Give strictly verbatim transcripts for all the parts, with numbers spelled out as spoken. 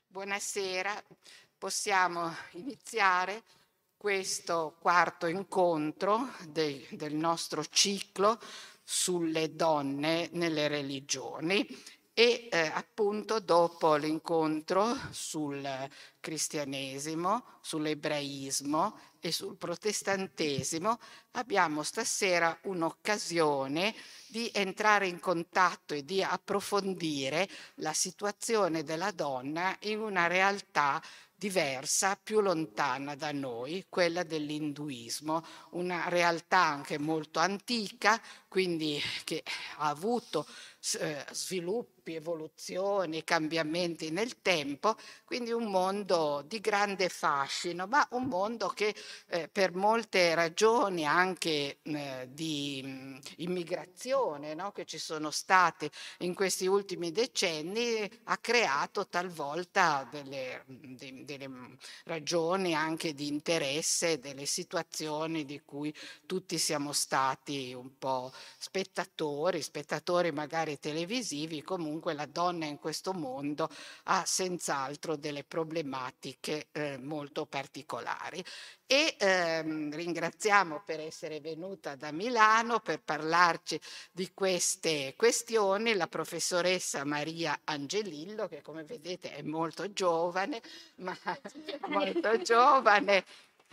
Buonasera, possiamo iniziare questo quarto incontro de- del nostro ciclo sulle donne nelle religioni e eh, appunto dopo l'incontro sul cristianesimo, sull'ebraismo e sul protestantesimo abbiamo stasera un'occasione di entrare in contatto e di approfondire la situazione della donna in una realtà diversa, più lontana da noi, quella dell'induismo, una realtà anche molto antica, quindi che ha avuto eh, sviluppi, evoluzioni, cambiamenti nel tempo, quindi un mondo di grande fascino, ma un mondo che eh, per molte ragioni anche eh, di mh, immigrazione, no, che ci sono state in questi ultimi decenni ha creato talvolta delle, de, delle ragioni anche di interesse, delle situazioni di cui tutti siamo stati un po' spettatori, spettatori magari televisivi, comunque la donna in questo mondo ha senz'altro delle problematiche eh, molto particolari. E ehm, ringraziamo per essere venuta da Milano per parlarci di queste questioni la professoressa Maria Angelillo, che come vedete è molto giovane, ma molto giovane.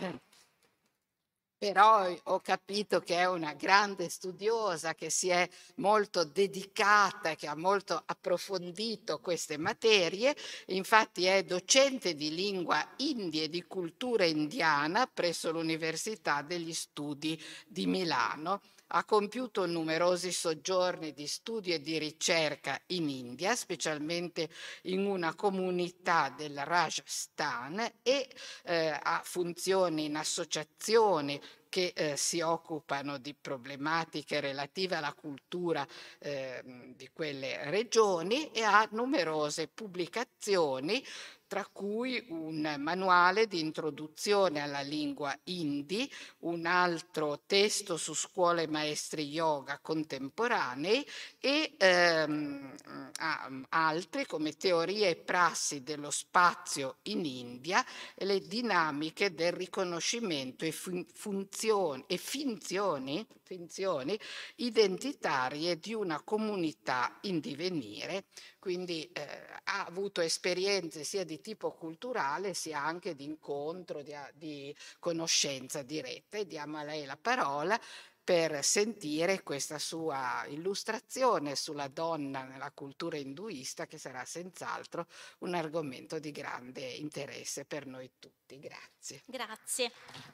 Però ho capito che è una grande studiosa, che si è molto dedicata, che ha molto approfondito queste materie. Infatti è docente di lingua india e di cultura indiana presso l'Università degli Studi di Milano. Ha compiuto numerosi soggiorni di studio e di ricerca in India, specialmente in una comunità del Rajasthan, e eh, ha funzioni in associazioni che eh, si occupano di problematiche relative alla cultura eh, di quelle regioni e ha numerose pubblicazioni, tra cui un manuale di introduzione alla lingua hindi, un altro testo su scuole e maestri yoga contemporanei e ehm, altri come teorie e prassi dello spazio in India e le dinamiche del riconoscimento e, fun- funzioni, e finzioni, finzioni identitarie di una comunità in divenire. Quindi eh, ha avuto esperienze sia di tipo culturale sia anche di incontro, di, di conoscenza diretta. E diamo a lei la parola per sentire questa sua illustrazione sulla donna nella cultura induista, che sarà senz'altro un argomento di grande interesse per noi tutti. Grazie. Grazie.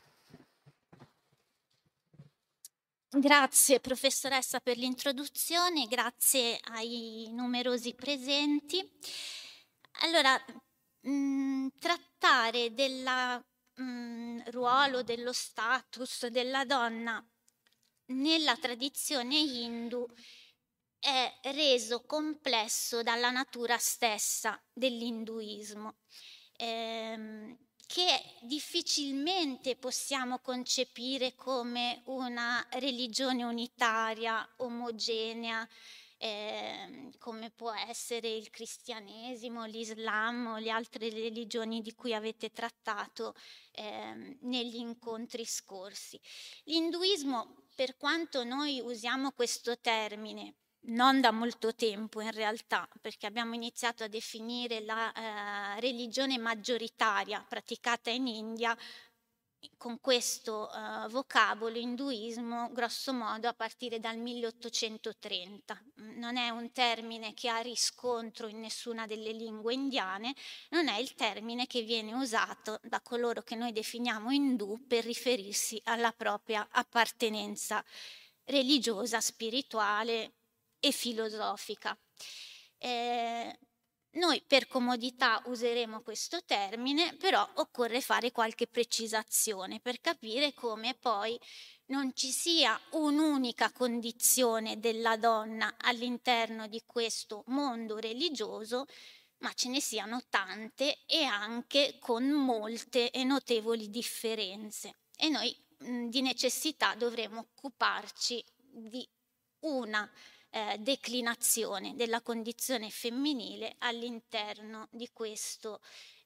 Grazie professoressa per l'introduzione, grazie ai numerosi presenti. Allora, mh, trattare del ruolo, dello status della donna nella tradizione hindu è reso complesso dalla natura stessa dell'induismo, ehm, che difficilmente possiamo concepire come una religione unitaria, omogenea, eh, come può essere il cristianesimo, l'Islam o le altre religioni di cui avete trattato eh, negli incontri scorsi. L'induismo, per quanto noi usiamo questo termine, non da molto tempo in realtà, perché abbiamo iniziato a definire la eh, religione maggioritaria praticata in India con questo eh, vocabolo induismo grosso modo a partire dal milleottocentotrenta. Non è un termine che ha riscontro in nessuna delle lingue indiane, non è il termine che viene usato da coloro che noi definiamo indù per riferirsi alla propria appartenenza religiosa, spirituale e filosofica. Eh, noi per comodità useremo questo termine, però occorre fare qualche precisazione per capire come poi non ci sia un'unica condizione della donna all'interno di questo mondo religioso, ma ce ne siano tante e anche con molte e notevoli differenze. E noi mh, di necessità dovremo occuparci di una eh, declinazione della condizione femminile all'interno di questo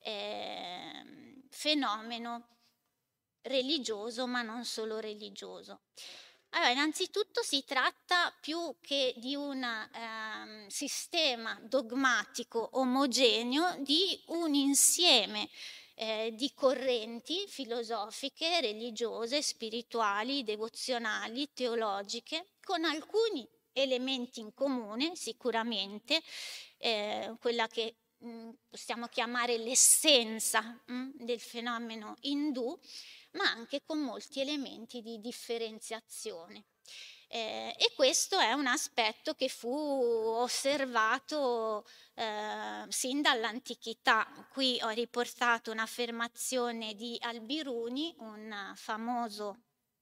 eh, fenomeno religioso, ma non solo religioso. Allora, innanzitutto si tratta più che di un eh, sistema dogmatico omogeneo, di un insieme eh, di correnti filosofiche, religiose, spirituali, devozionali, teologiche, con alcuni elementi in comune, sicuramente, eh, quella che mh, possiamo chiamare l'essenza mh, del fenomeno indù, ma anche con molti elementi di differenziazione. Eh, e questo è un aspetto che fu osservato eh, sin dall'antichità. Qui ho riportato un'affermazione di Al-Biruni, un famoso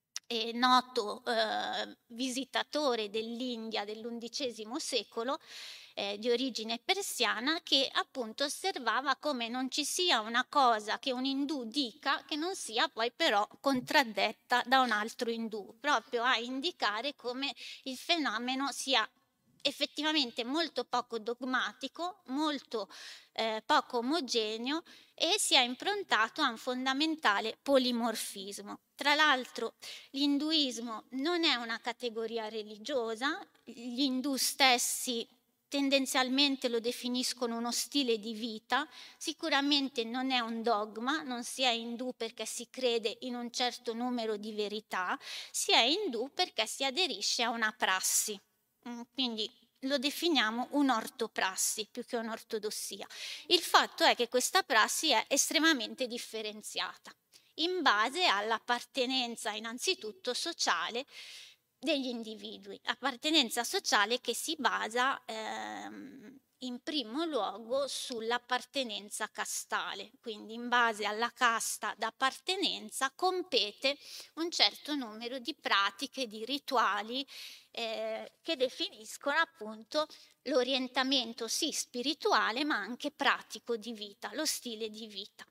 e noto eh, visitatore dell'India dell'undicesimo secolo, eh, di origine persiana, che appunto osservava come non ci sia una cosa che un indù dica che non sia poi però contraddetta da un altro indù, proprio a indicare come il fenomeno sia effettivamente molto poco dogmatico, molto eh, poco omogeneo e sia improntato a un fondamentale polimorfismo. Tra l'altro l'induismo non è una categoria religiosa, gli indù stessi tendenzialmente lo definiscono uno stile di vita, sicuramente non è un dogma, non si è indù perché si crede in un certo numero di verità, si è indù perché si aderisce a una prassi. Quindi lo definiamo un'ortoprassi più che un'ortodossia. Il fatto è che questa prassi è estremamente differenziata in base all'appartenenza innanzitutto sociale degli individui, appartenenza sociale che si basa ehm, in primo luogo sull'appartenenza castale, quindi in base alla casta d'appartenenza compete un certo numero di pratiche, di rituali eh, che definiscono appunto l'orientamento sì spirituale ma anche pratico di vita, lo stile di vita.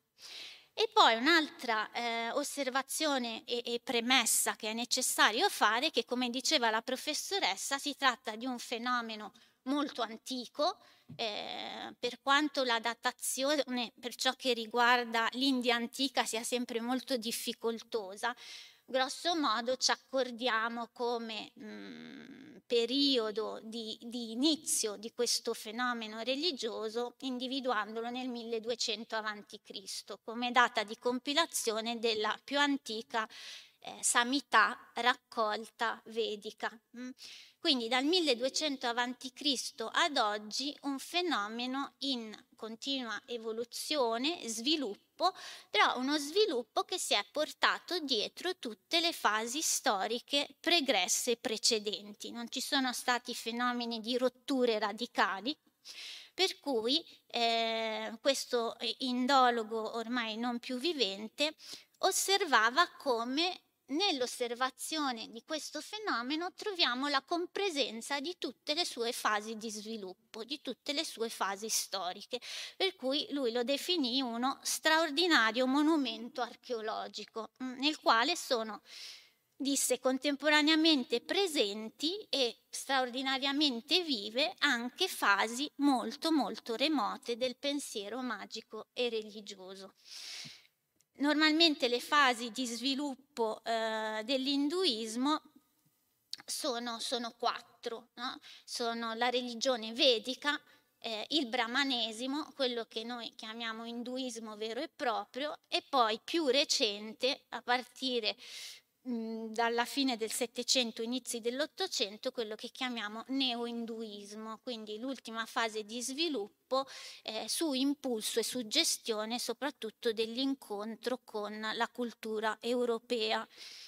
E poi un'altra eh, osservazione e, e premessa che è necessario fare, che come diceva la professoressa si tratta di un fenomeno molto antico, eh, per quanto la datazione per ciò che riguarda l'India antica sia sempre molto difficoltosa. Grosso modo ci accordiamo come mh, periodo di, di inizio di questo fenomeno religioso individuandolo nel milleduecento avanti Cristo come data di compilazione della più antica eh, Samhita raccolta vedica. Mh. Quindi dal milleduecento avanti Cristo ad oggi un fenomeno in continua evoluzione, sviluppo, però uno sviluppo che si è portato dietro tutte le fasi storiche pregresse e precedenti. Non ci sono stati fenomeni di rotture radicali, per cui eh, questo indologo ormai non più vivente osservava come nell'osservazione di questo fenomeno troviamo la compresenza di tutte le sue fasi di sviluppo, di tutte le sue fasi storiche, per cui lui lo definì uno straordinario monumento archeologico, nel quale sono, disse, contemporaneamente presenti e straordinariamente vive anche fasi molto molto remote del pensiero magico e religioso. Normalmente le fasi di sviluppo eh, dell'induismo sono, sono quattro, no? Sono la religione vedica, eh, il brahmanesimo, quello che noi chiamiamo induismo vero e proprio, e poi più recente, a partire mh, dalla fine del Settecento, inizi dell'Ottocento, quello che chiamiamo neo-induismo, quindi l'ultima fase di sviluppo eh, su impulso e suggestione soprattutto dell'incontro con la cultura europea,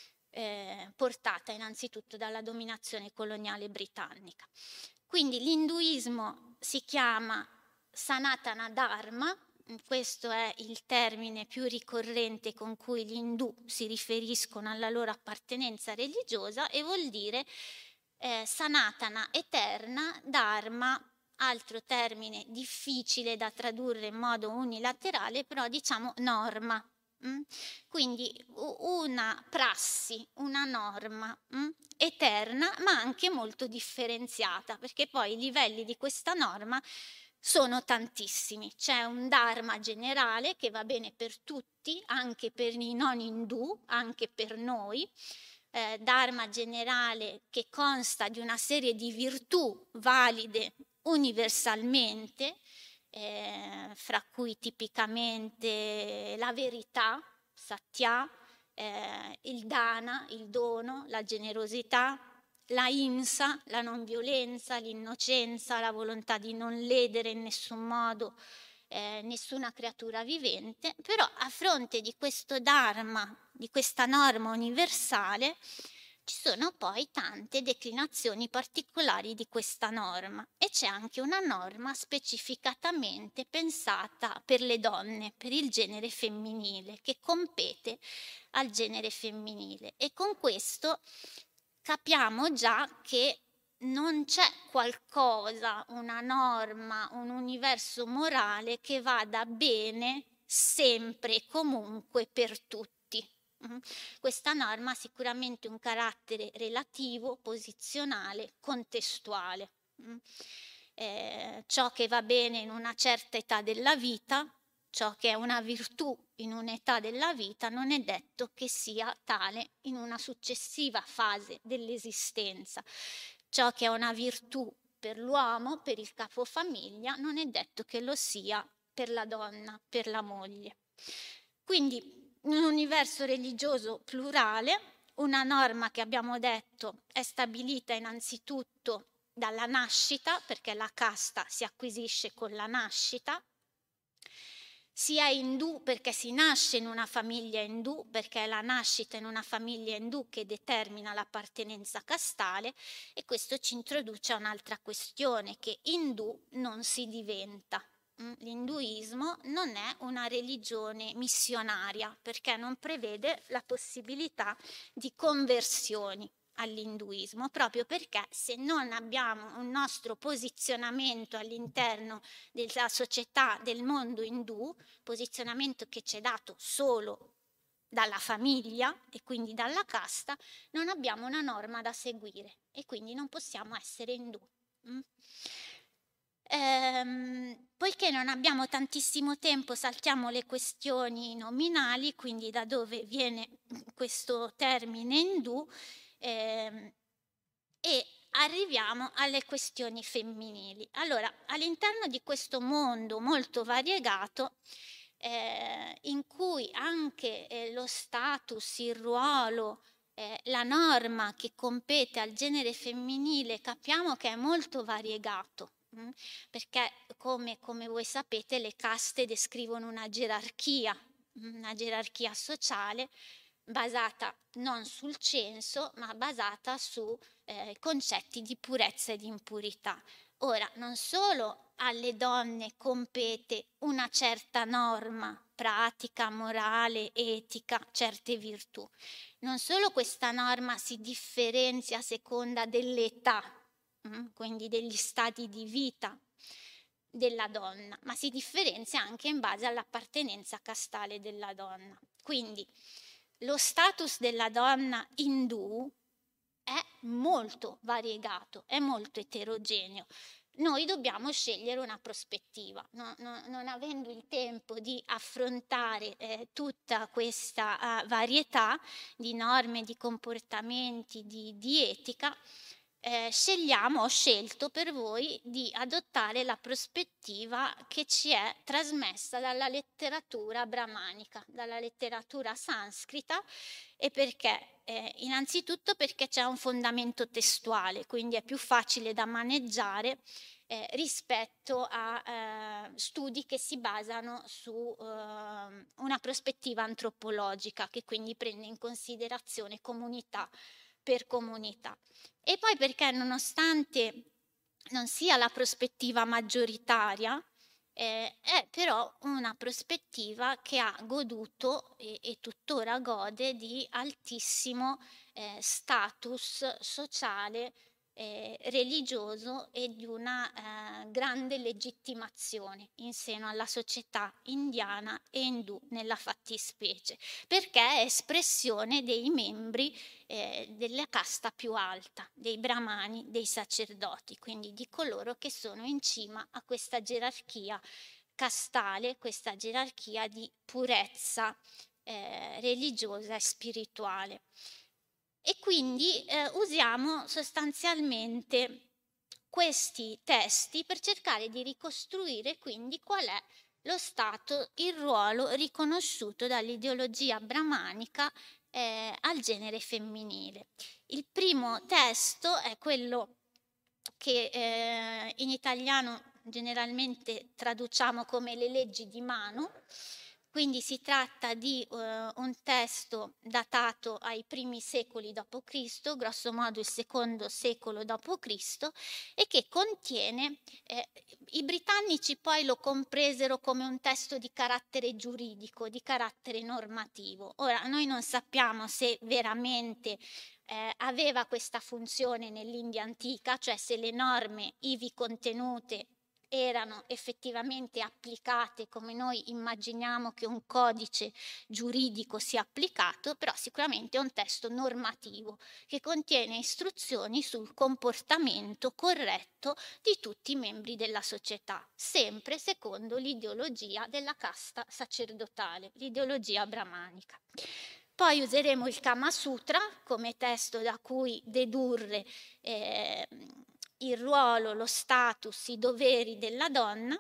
eh, portata innanzitutto dalla dominazione coloniale britannica. Quindi l'induismo si chiama Sanatana Dharma, questo è il termine più ricorrente con cui gli indù si riferiscono alla loro appartenenza religiosa e vuol dire eh, Sanatana eterna, Dharma, altro termine difficile da tradurre in modo unilaterale, però diciamo norma, Mm? Quindi una prassi, una norma mm? eterna, ma anche molto differenziata, perché poi i livelli di questa norma sono tantissimi. C'è un dharma generale che va bene per tutti, anche per i non indù, anche per noi. Eh, dharma generale che consta di una serie di virtù valide universalmente, eh, fra cui tipicamente la verità, satya, eh, il dana, il dono, la generosità, la imsa, la non violenza, l'innocenza, la volontà di non ledere in nessun modo eh, nessuna creatura vivente. Però a fronte di questo dharma, di questa norma universale, ci sono poi tante declinazioni particolari di questa norma, e c'è anche una norma specificatamente pensata per le donne, per il genere femminile, che compete al genere femminile. E con questo capiamo già che non c'è qualcosa, una norma, un universo morale che vada bene sempre e comunque per tutti. Questa norma ha sicuramente un carattere relativo, posizionale, contestuale. Eh, ciò che va bene in una certa età della vita, ciò che è una virtù in un'età della vita, non è detto che sia tale in una successiva fase dell'esistenza. Ciò che è una virtù per l'uomo, per il capofamiglia, non è detto che lo sia per la donna, per la moglie. Quindi un universo religioso plurale, una norma che abbiamo detto è stabilita innanzitutto dalla nascita, perché la casta si acquisisce con la nascita. Si è indù perché si nasce in una famiglia indù, perché è la nascita in una famiglia indù che determina l'appartenenza castale, e questo ci introduce a un'altra questione, che indù non si diventa. L'induismo non è una religione missionaria, perché non prevede la possibilità di conversioni all'induismo, proprio perché se non abbiamo un nostro posizionamento all'interno della società, del mondo indù, posizionamento che ci è dato solo dalla famiglia e quindi dalla casta, non abbiamo una norma da seguire e quindi non possiamo essere indù. Mm? Ehm, poiché non abbiamo tantissimo tempo, saltiamo le questioni nominali, quindi da dove viene questo termine indù, ehm, e arriviamo alle questioni femminili. Allora, all'interno di questo mondo molto variegato, eh, in cui anche eh, lo status, il ruolo, eh, la norma che compete al genere femminile, capiamo che è molto variegato. Perché come, come voi sapete le caste descrivono una gerarchia, una gerarchia sociale basata non sul censo ma basata su eh, concetti di purezza e di impurità. Ora, non solo alle donne compete una certa norma pratica, morale, etica, certe virtù, non solo questa norma si differenzia a seconda dell'età, quindi degli stadi di vita della donna, ma si differenzia anche in base all'appartenenza castale della donna. Quindi lo status della donna indù è molto variegato, è molto eterogeneo. Noi dobbiamo scegliere una prospettiva, no, no, non avendo il tempo di affrontare eh, tutta questa uh, varietà di norme, di comportamenti, di, di etica. Eh, scegliamo, ho scelto per voi di adottare la prospettiva che ci è trasmessa dalla letteratura brahmanica, dalla letteratura sanscrita, e perché? Eh, innanzitutto perché c'è un fondamento testuale, quindi è più facile da maneggiare eh, rispetto a eh, studi che si basano su eh, una prospettiva antropologica, che quindi prende in considerazione comunità per comunità. E poi perché nonostante non sia la prospettiva maggioritaria, eh, è però una prospettiva che ha goduto e, e tuttora gode di altissimo eh, status sociale eh, religioso e di una eh, grande legittimazione in seno alla società indiana e indù nella fattispecie, perché è espressione dei membri eh, della casta più alta, dei brahmani, dei sacerdoti, quindi di coloro che sono in cima a questa gerarchia castale, questa gerarchia di purezza eh, religiosa e spirituale. E quindi eh, usiamo sostanzialmente questi testi per cercare di ricostruire quindi qual è lo stato, il ruolo riconosciuto dall'ideologia brahmanica eh, al genere femminile. Il primo testo è quello che eh, in italiano generalmente traduciamo come le leggi di Manu. Quindi si tratta di eh, un testo datato ai primi secoli dopo Cristo, grosso modo il secondo secolo dopo Cristo, e che contiene, eh, i britannici poi lo compresero come un testo di carattere giuridico, di carattere normativo. Ora, noi non sappiamo se veramente eh, aveva questa funzione nell'India antica, cioè se le norme ivi contenute erano effettivamente applicate come noi immaginiamo che un codice giuridico sia applicato, però sicuramente è un testo normativo che contiene istruzioni sul comportamento corretto di tutti i membri della società, sempre secondo l'ideologia della casta sacerdotale, l'ideologia brahmanica. Poi useremo il Kama Sutra come testo da cui dedurre eh, il ruolo, lo status, i doveri della donna,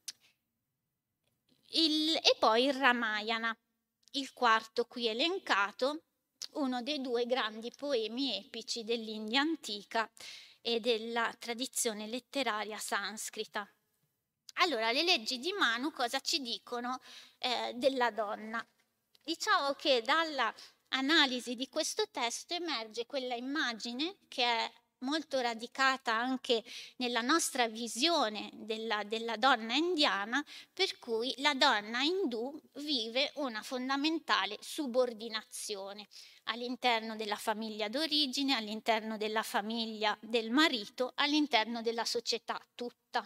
il, e poi il Ramayana, il quarto qui elencato, uno dei due grandi poemi epici dell'India antica e della tradizione letteraria sanscrita. Allora, le leggi di Manu cosa ci dicono eh, della donna? Diciamo che dalla analisi di questo testo emerge quella immagine che è molto radicata anche nella nostra visione della, della donna indiana, per cui la donna indù vive una fondamentale subordinazione all'interno della famiglia d'origine, all'interno della famiglia del marito, all'interno della società tutta.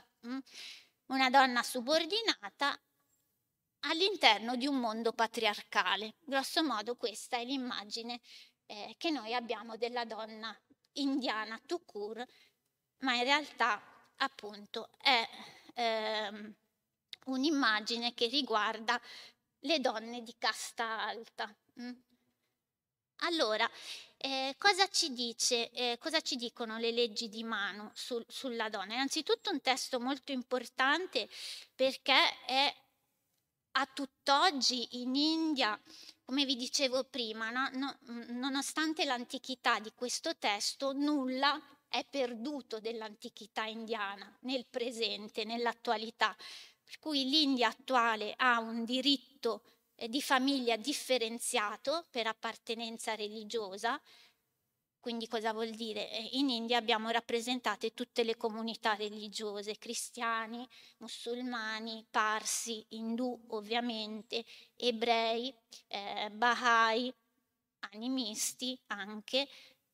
Una donna subordinata all'interno di un mondo patriarcale. Grosso modo questa è l'immagine eh, che noi abbiamo della donna indiana tout court, ma in realtà appunto è ehm, un'immagine che riguarda le donne di casta alta. Mm? Allora, eh, cosa ci dice, eh, cosa ci dicono le leggi di Manu sul, sulla donna? Innanzitutto un testo molto importante perché è a tutt'oggi in India, come vi dicevo prima, no? No, nonostante l'antichità di questo testo, nulla è perduto dell'antichità indiana nel presente, nell'attualità. Per cui l'India attuale ha un diritto eh, di famiglia differenziato per appartenenza religiosa. Quindi cosa vuol dire? In India abbiamo rappresentate tutte le comunità religiose, cristiani, musulmani, parsi, indù ovviamente, ebrei, eh, bahai, animisti anche,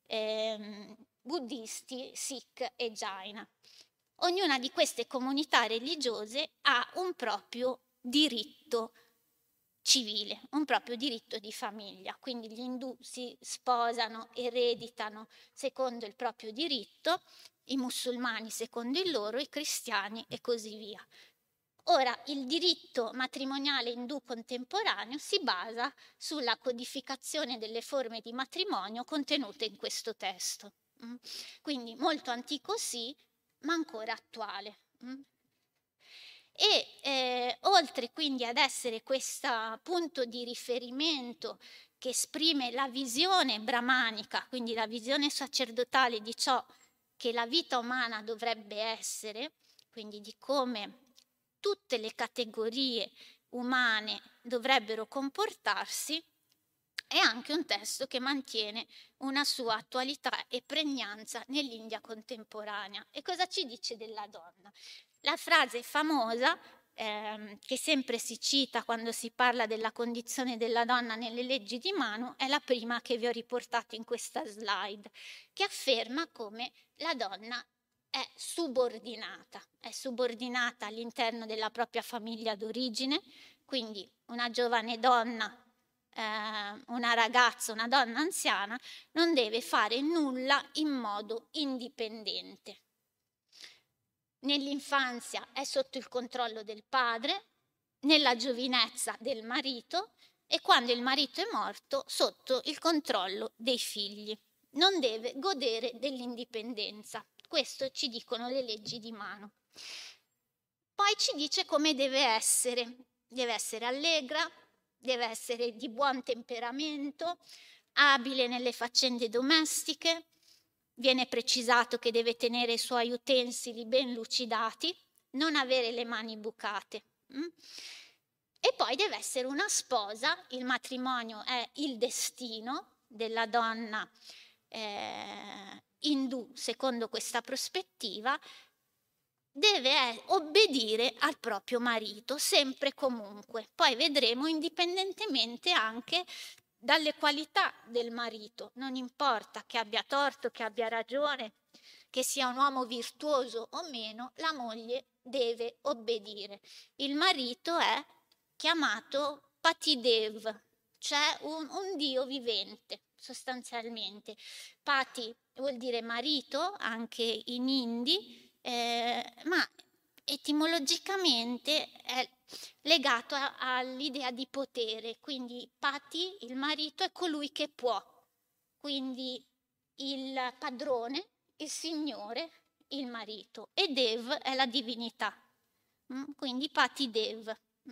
eh, buddisti, sikh e jaina. Ognuna di queste comunità religiose ha un proprio diritto civile, un proprio diritto di famiglia, quindi gli indù si sposano, ereditano secondo il proprio diritto, i musulmani secondo il loro, i cristiani e così via. Ora, il diritto matrimoniale indù contemporaneo si basa sulla codificazione delle forme di matrimonio contenute in questo testo, quindi molto antico sì, ma ancora attuale. E eh, oltre quindi ad essere questo punto di riferimento che esprime la visione brahmanica, quindi la visione sacerdotale di ciò che la vita umana dovrebbe essere, quindi di come tutte le categorie umane dovrebbero comportarsi, è anche un testo che mantiene una sua attualità e pregnanza nell'India contemporanea. E cosa ci dice della donna? La frase famosa ehm, che sempre si cita quando si parla della condizione della donna nelle leggi di Manu è la prima che vi ho riportato in questa slide, che afferma come la donna è subordinata, è subordinata all'interno della propria famiglia d'origine, quindi una giovane donna, eh, una ragazza, una donna anziana non deve fare nulla in modo indipendente. Nell'infanzia è sotto il controllo del padre, nella giovinezza del marito e quando il marito è morto sotto il controllo dei figli. Non deve godere dell'indipendenza. Questo ci dicono le leggi di Manu. Poi ci dice come deve essere. Deve essere allegra, deve essere di buon temperamento, abile nelle faccende domestiche. Viene precisato che deve tenere i suoi utensili ben lucidati, non avere le mani bucate. Mm? E poi deve essere una sposa, il matrimonio è il destino della donna eh, indù secondo questa prospettiva, deve obbedire al proprio marito, sempre e comunque. Poi vedremo indipendentemente anche dalle qualità del marito, non importa che abbia torto, che abbia ragione, che sia un uomo virtuoso o meno, la moglie deve obbedire. Il marito è chiamato Patidev, cioè un, un dio vivente sostanzialmente. Pati vuol dire marito anche in hindi, eh, ma etimologicamente è legato a, all'idea di potere, quindi Pati, il marito, è colui che può, quindi il padrone, il signore, il marito, e Dev è la divinità, quindi Pati Dev.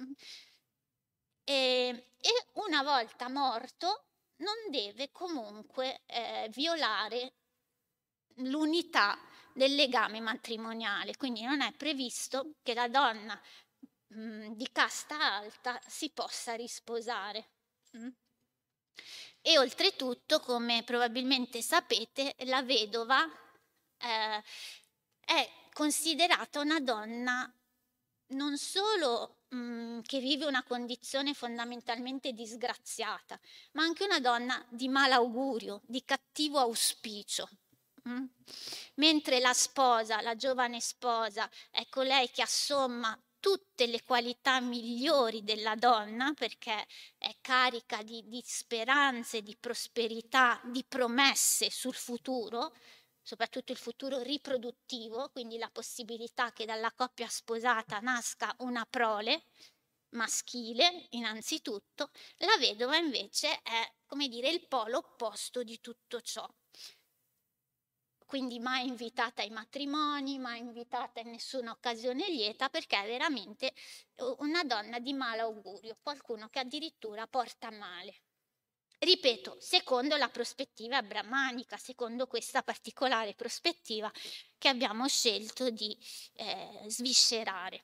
E, e una volta morto non deve comunque eh, violare l'unità del legame matrimoniale, quindi non è previsto che la donna mh, di casta alta si possa risposare. Mh? E oltretutto, come probabilmente sapete, la vedova eh, è considerata una donna non solo mh, che vive una condizione fondamentalmente disgraziata, ma anche una donna di malaugurio, di cattivo auspicio. Mm? Mentre la sposa, la giovane sposa, è colei che assomma tutte le qualità migliori della donna, perché è carica di, di speranze, di prosperità, di promesse sul futuro, soprattutto il futuro riproduttivo, quindi la possibilità che dalla coppia sposata nasca una prole maschile innanzitutto. La vedova invece è, come dire, il polo opposto di tutto ciò. Quindi mai invitata ai matrimoni, mai invitata in nessuna occasione lieta, perché è veramente una donna di malaugurio, qualcuno che addirittura porta male. Ripeto, secondo la prospettiva brahmanica, secondo questa particolare prospettiva che abbiamo scelto di eh, sviscerare.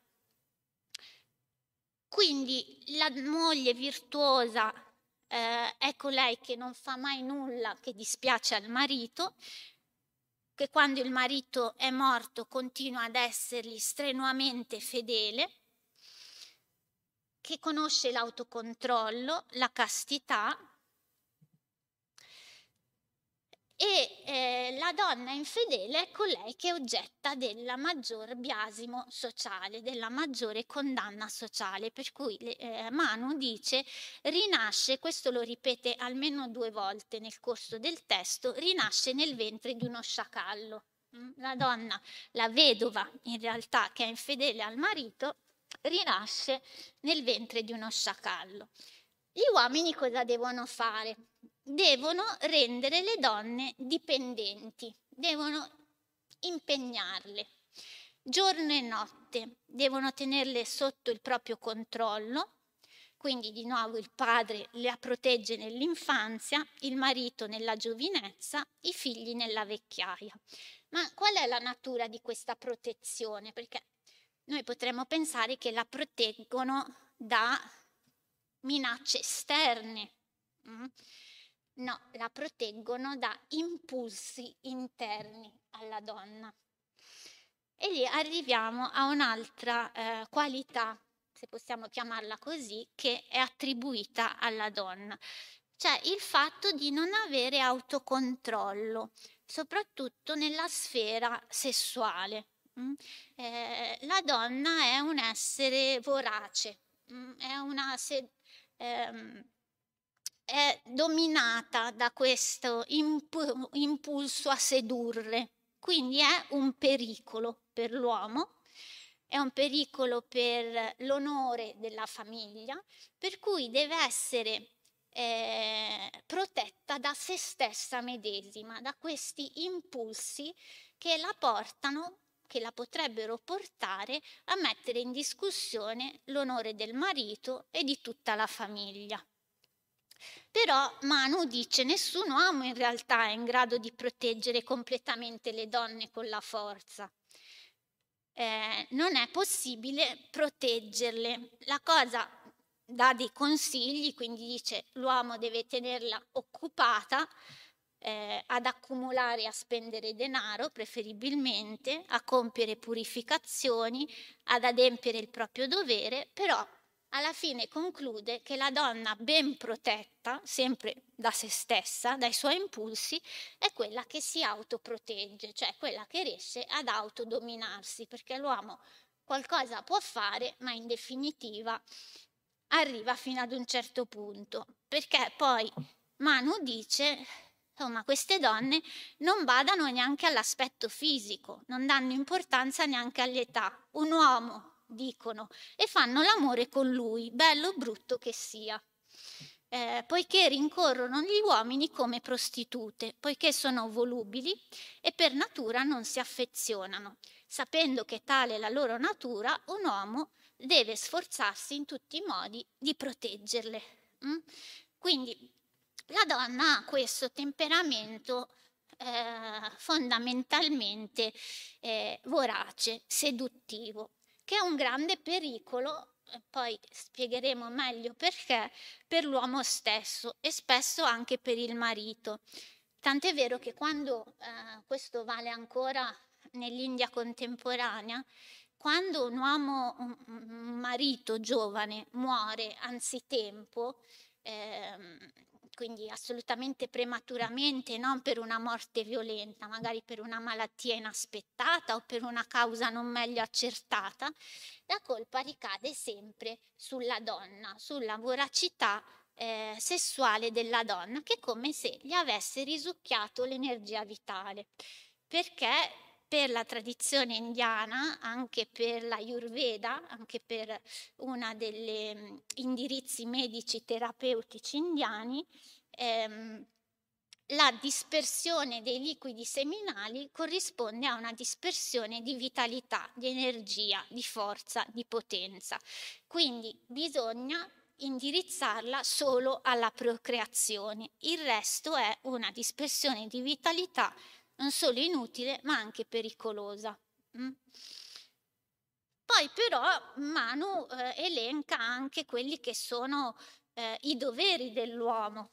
Quindi la moglie virtuosa eh, è colei che non fa mai nulla che dispiace al marito, che quando il marito è morto continua ad essergli strenuamente fedele, che conosce l'autocontrollo, la castità, e eh, la donna infedele è colei che è oggetta della maggior biasimo sociale, della maggiore condanna sociale, per cui eh, Manu dice rinasce, questo lo ripete almeno due volte nel corso del testo, rinasce nel ventre di uno sciacallo. La donna, la vedova in realtà che è infedele al marito, rinasce nel ventre di uno sciacallo. Gli uomini cosa devono fare? Devono rendere le donne dipendenti, devono impegnarle giorno e notte, devono tenerle sotto il proprio controllo, quindi di nuovo il padre la protegge nell'infanzia, il marito nella giovinezza, i figli nella vecchiaia. Ma qual è la natura di questa protezione? Perché noi potremmo pensare che la proteggono da minacce esterne. Mm? No, la proteggono da impulsi interni alla donna. E lì arriviamo a un'altra eh, qualità se possiamo chiamarla così, che è attribuita alla donna, cioè il fatto di non avere autocontrollo, soprattutto nella sfera sessuale. Mm? Eh, la donna è un essere vorace, mm? è, una se- ehm, è dominata da questo impu- impulso a sedurre, quindi è un pericolo per l'uomo, è un pericolo per l'onore della famiglia, per cui deve essere eh, protetta da se stessa medesima, da questi impulsi che la portano, che la potrebbero portare a mettere in discussione l'onore del marito e di tutta la famiglia. Però Manu dice: nessun uomo in realtà è in grado di proteggere completamente le donne con la forza. Eh, non è possibile proteggerle. La cosa dà dei consigli, quindi dice l'uomo deve tenerla occupata, eh, ad accumulare e a spendere denaro preferibilmente, a compiere purificazioni, ad adempiere il proprio dovere, però alla fine conclude che la donna ben protetta, sempre da se stessa, dai suoi impulsi, è quella che si autoprotegge, cioè quella che riesce ad autodominarsi, perché l'uomo qualcosa può fare, ma in definitiva arriva fino ad un certo punto, perché poi Manu dice, insomma, queste donne non badano neanche all'aspetto fisico, non danno importanza neanche all'età. Un uomo, dicono, e fanno l'amore con lui, bello o brutto che sia. Eh, poiché rincorrono gli uomini come prostitute, poiché sono volubili e per natura non si affezionano. Sapendo che tale è la loro natura, un uomo deve sforzarsi in tutti i modi di proteggerle. Mm? Quindi la donna ha questo temperamento eh, fondamentalmente eh, vorace, seduttivo, che è un grande pericolo, poi spiegheremo meglio perché, per l'uomo stesso e spesso anche per il marito. Tant'è vero che quando, eh, questo vale ancora nell'India contemporanea, quando un uomo, un, un marito giovane muore anzitempo, ehm, quindi assolutamente prematuramente, non per una morte violenta, magari per una malattia inaspettata o per una causa non meglio accertata, la colpa ricade sempre sulla donna, sulla voracità eh, sessuale della donna, che è come se gli avesse risucchiato l'energia vitale. Perché per la tradizione indiana, anche per la Ayurveda, anche per uno degli indirizzi medici terapeutici indiani, ehm, la dispersione dei liquidi seminali corrisponde a una dispersione di vitalità, di energia, di forza, di potenza. Quindi bisogna indirizzarla solo alla procreazione. Il resto è una dispersione di vitalità non solo inutile, ma anche pericolosa. Mm? Poi però Manu eh, elenca anche quelli che sono eh, i doveri dell'uomo.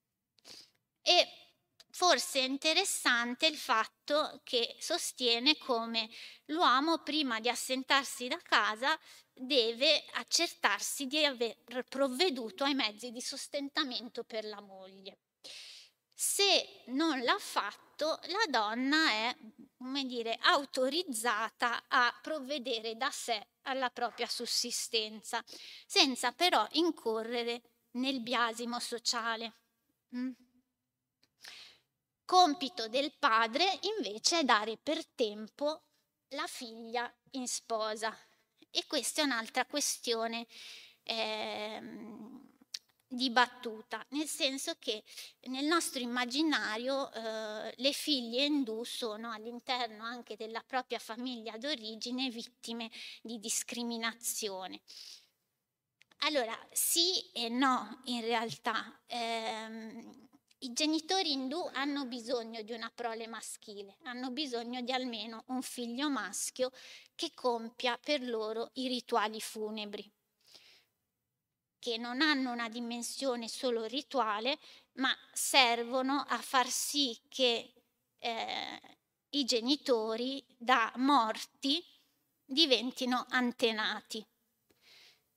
E forse è interessante il fatto che sostiene come l'uomo, prima di assentarsi da casa, deve accertarsi di aver provveduto ai mezzi di sostentamento per la moglie. Se non l'ha fatto, la donna è, come dire, autorizzata a provvedere da sé alla propria sussistenza, senza però incorrere nel biasimo sociale. Mm? Compito del padre invece è dare per tempo la figlia in sposa, e questa è un'altra questione ehm, dibattuta, nel senso che nel nostro immaginario eh, le figlie indù sono all'interno anche della propria famiglia d'origine vittime di discriminazione. Allora, sì e no, in realtà. Ehm, I genitori indù hanno bisogno di una prole maschile, hanno bisogno di almeno un figlio maschio che compia per loro i rituali funebri, che non hanno una dimensione solo rituale, ma servono a far sì che eh, i genitori da morti diventino antenati.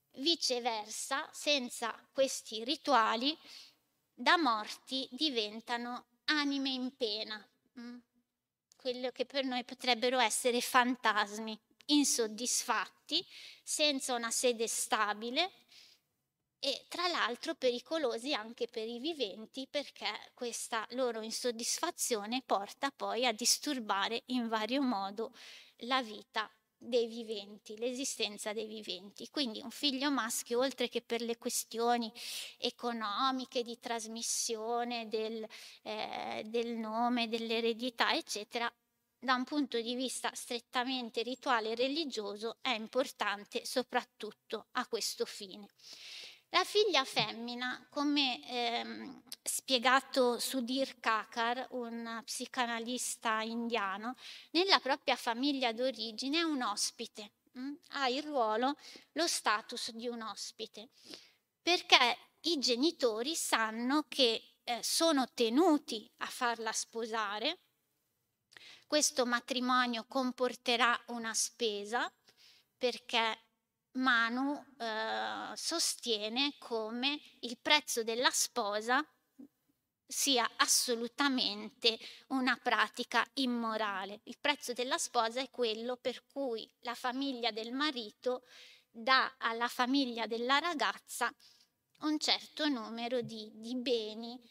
Viceversa, senza questi rituali, da morti diventano anime in pena, mm? quello che per noi potrebbero essere fantasmi, insoddisfatti, senza una sede stabile e tra l'altro pericolosi anche per i viventi, perché questa loro insoddisfazione porta poi a disturbare in vario modo la vita dei viventi, l'esistenza dei viventi. Quindi un figlio maschio, oltre che per le questioni economiche, di trasmissione del, eh, del nome, dell'eredità, eccetera, da un punto di vista strettamente rituale e religioso è importante soprattutto a questo fine. La figlia femmina, come ehm, spiegato Sudhir Kakar, un psicanalista indiano, nella propria famiglia d'origine è un ospite, mh? ha il ruolo, lo status di un ospite, perché i genitori sanno che eh, sono tenuti a farla sposare. Questo matrimonio comporterà una spesa, perché Manu eh, sostiene come il prezzo della sposa sia assolutamente una pratica immorale. Il prezzo della sposa è quello per cui la famiglia del marito dà alla famiglia della ragazza un certo numero di, di beni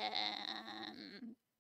eh,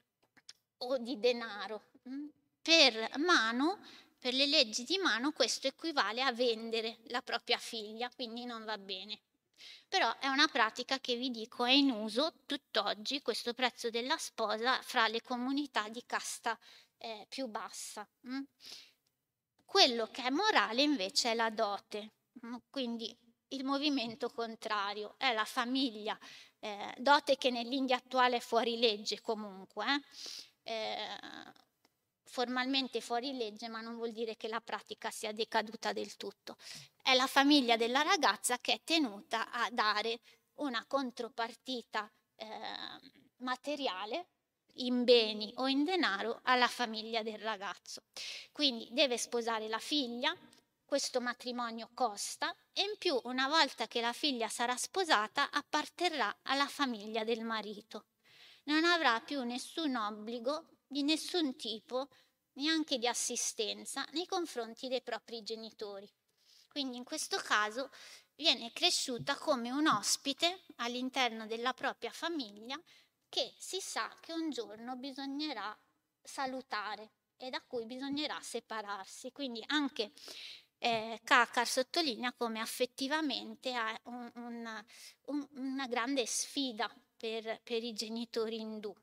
o di denaro. Per Manu, per le leggi di Manu, questo equivale a vendere la propria figlia, quindi non va bene. Però è una pratica che vi dico è in uso tutt'oggi, questo prezzo della sposa, fra le comunità di casta eh, più bassa. Mm? Quello che è morale invece è la dote, mm? Quindi il movimento contrario, è la famiglia, eh, dote che nell'India attuale è fuori legge comunque, eh? Eh, formalmente fuori legge, ma non vuol dire che la pratica sia decaduta del tutto. È la famiglia della ragazza che è tenuta a dare una contropartita eh, materiale in beni o in denaro alla famiglia del ragazzo. Quindi deve sposare la figlia, questo matrimonio costa e in più una volta che la figlia sarà sposata apparterrà alla famiglia del marito. Non avrà più nessun obbligo di nessun tipo, neanche di assistenza, nei confronti dei propri genitori. Quindi in questo caso viene cresciuta come un ospite all'interno della propria famiglia che si sa che un giorno bisognerà salutare e da cui bisognerà separarsi. Quindi anche eh, Kakar sottolinea come affettivamente è un, una, un, una grande sfida per, per i genitori indù.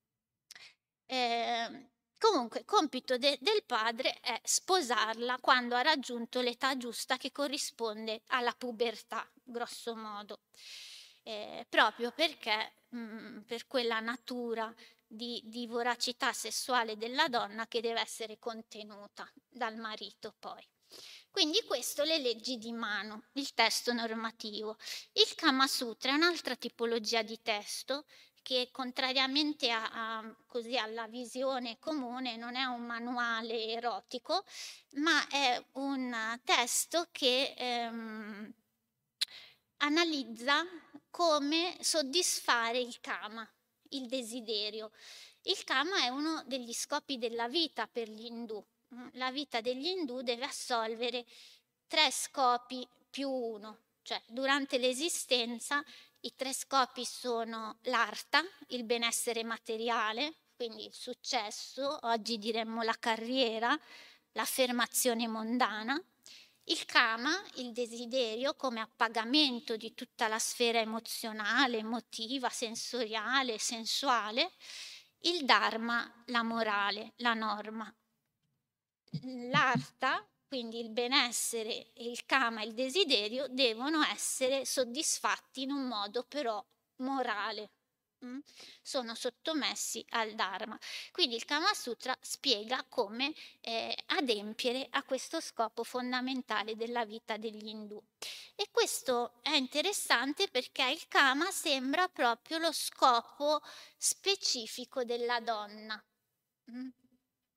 Eh, comunque, compito de- del padre è sposarla quando ha raggiunto l'età giusta che corrisponde alla pubertà, grosso modo, eh, proprio perché mh, per quella natura di, di voracità sessuale della donna che deve essere contenuta dal marito poi. Quindi questo le leggi di Manu, il testo normativo. Il Kama Sutra è un'altra tipologia di testo che contrariamente a, a, così alla visione comune non è un manuale erotico, ma è un testo che ehm, analizza come soddisfare il kama, il desiderio. Il kama è uno degli scopi della vita per gli indù. La vita degli indù deve assolvere tre scopi più uno, cioè durante l'esistenza i tre scopi sono l'arta, il benessere materiale, quindi il successo, oggi diremmo la carriera, l'affermazione mondana, il kama, il desiderio come appagamento di tutta la sfera emozionale, emotiva, sensoriale, sensuale, il dharma, la morale, la norma. L'arta, quindi il benessere e il kama, il desiderio, devono essere soddisfatti in un modo però morale. Mm? Sono sottomessi al dharma. Quindi il Kama Sutra spiega come eh, adempiere a questo scopo fondamentale della vita degli indù. E questo è interessante perché il kama sembra proprio lo scopo specifico della donna. Mm?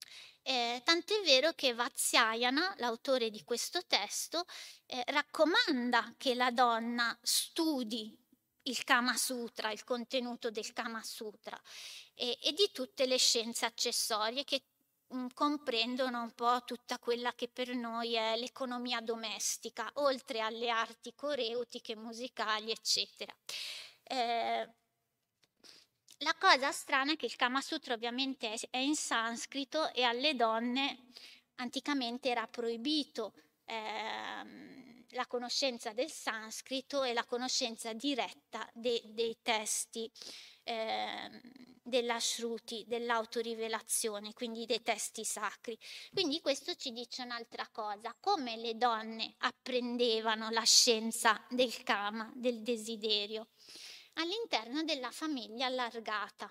Eh, tant'è vero che Vatsyayana, l'autore di questo testo, eh, raccomanda che la donna studi il Kama Sutra, il contenuto del Kama Sutra e, e di tutte le scienze accessorie che mh, comprendono un po' tutta quella che per noi è l'economia domestica, oltre alle arti coreutiche, musicali, eccetera. Eh, La cosa strana è che il Kama Sutra ovviamente è in sanscrito e alle donne anticamente era proibito ehm, la conoscenza del sanscrito e la conoscenza diretta de- dei testi ehm, della Shruti, dell'autorivelazione, quindi dei testi sacri. Quindi questo ci dice un'altra cosa, come le donne apprendevano la scienza del Kama, del desiderio all'interno della famiglia allargata.